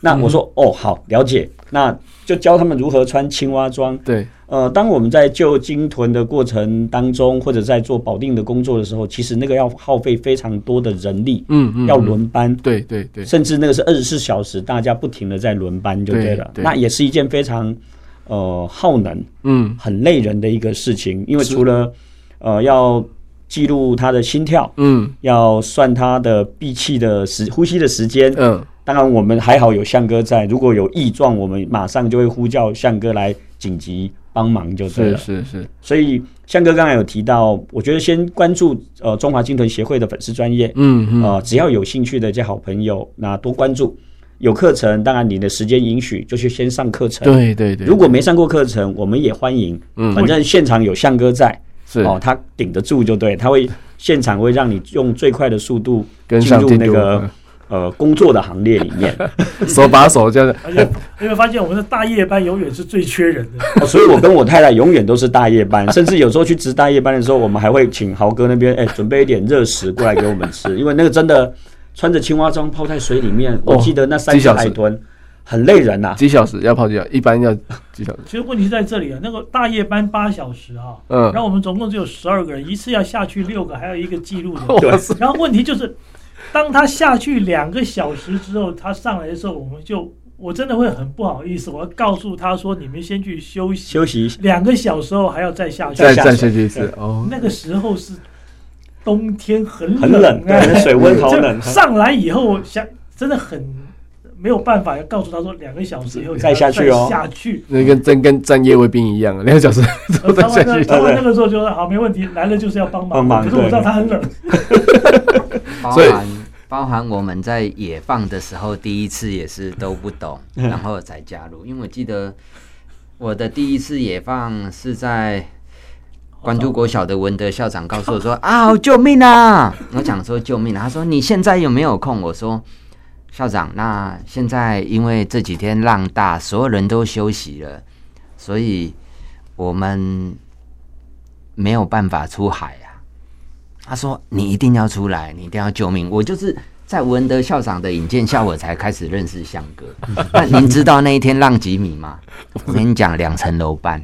Speaker 3: 那我说、嗯、哦好了解，那就教他们如何穿青蛙装。
Speaker 7: 对，
Speaker 3: 呃，当我们在救鲸豚的过程当中，或者在做保定的工作的时候，其实那个要耗费非常多的人力，
Speaker 7: 嗯嗯，
Speaker 3: 要轮班，
Speaker 7: 对对对，
Speaker 3: 甚至那个是二十四小时，大家不停的在轮班就对了。对对，那也是一件非常呃耗能，嗯，很累人的一个事情，因为除了呃要记录他的心跳，嗯，要算他的闭气的时呼吸的时间，嗯。当然，我们还好有象哥在，如果有异状，我们马上就会呼叫象哥来紧急帮忙就对了。
Speaker 7: 是是是。
Speaker 3: 所以象哥刚才有提到，我觉得先关注呃中华鲸豚协会的粉丝专页，嗯嗯，呃，只要有兴趣的这些好朋友，那多关注。有课程，当然你的时间允许，就去先上课程。
Speaker 7: 对对 对, 对。
Speaker 3: 如果没上过课程，我们也欢迎。嗯，反正现场有象哥在，是哦，他顶得住就对，他会现场会让你用最快的速度进入那个。呃，工作的行列里面，
Speaker 7: 手把手这样的。
Speaker 8: 而且你会发现，我们的大夜班永远是最缺人的、
Speaker 3: 哦。所以我跟我太太永远都是大夜班，甚至有时候去值大夜班的时候，我们还会请豪哥那边，哎、欸，准备一点热食过来给我们吃，因为那个真的穿着青蛙装泡在水里面，我记得那三只海豚很累人呐、啊。
Speaker 7: 几小时要泡几小时？一般要几小时？
Speaker 8: 其实问题在这里啊，那个大夜班八小时啊，嗯，然后我们总共只有十二个人，一次要下去六个，还有一个记录的。对，然后问题就是。当他下去两个小时之后，他上来的时候，我们就我真的会很不好意思，我要告诉他说：“你们先去休息，
Speaker 3: 休息
Speaker 8: 两个小时后还要再下去，
Speaker 7: 再再下去一次。”哦，
Speaker 8: 那个时候是冬天很冷，
Speaker 3: 很冷，对，水温好冷。
Speaker 8: 上来以后，想真的很没有办法，要告诉他说两个小时以后
Speaker 3: 再下去哦，
Speaker 8: 下去。
Speaker 7: 那跟真跟站夜卫兵一样，两个小时都再下去。
Speaker 8: 他们那个时候就说：“好，没问题，来了就是要帮忙。”帮忙，可是我知道他很冷。
Speaker 2: 所以。包含我们在野放的时候，第一次也是都不懂，然后才加入。因为我记得我的第一次野放是在关渡国小的文德校长告诉我说：“啊，救命啊！”我讲说救命啊，他说：“你现在有没有空？”我说：“校长，那现在因为这几天浪大，所有人都休息了，所以我们没有办法出海啊。”他说：“你一定要出来，你一定要救命！”我就是在文德校长的引荐下，我才开始认识象哥。那您知道那一天浪几米吗？我跟你讲，两层楼半。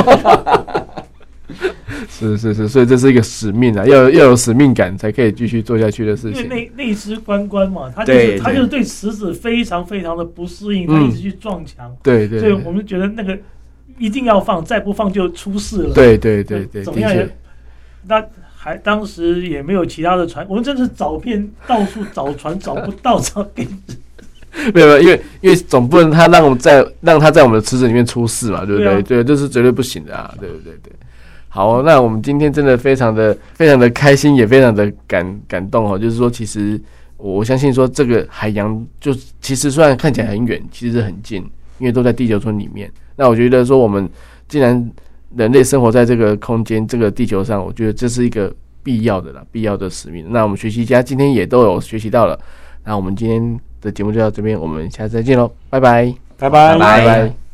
Speaker 7: 是是是，所以这是一个使命啊，要有要有使命感，才可以继续做下去的事情。
Speaker 8: 因为那那只关关嘛，他就是他就是对池子非常非常的不适应，他一直去撞墙。
Speaker 7: 对对，
Speaker 8: 所以我们觉得那个一定要放，再不放就出事了。
Speaker 7: 对对对对，
Speaker 8: 怎么样也那。还当时也没有其他的船，我们真是找遍到处找船找不到，找给
Speaker 7: 没有，因为因为总不能他让我们在让他在我们的池子里面出事嘛，对不对？对, 对，这是绝对不行的啊，对不对？对。好，那我们今天真的非常的非常的开心，也非常的感感动哦。就是说，其实我相信说，这个海洋就其实虽然看起来很远，其实很近，因为都在地球村里面。那我觉得说，我们既然人类生活在这个空间、这个地球上，我觉得这是一个必要的啦，必要的使命。那我们学习家今天也都有学习到了。那我们今天的节目就到这边，我们下次再见喽，拜拜，
Speaker 3: 拜拜，
Speaker 7: 拜拜。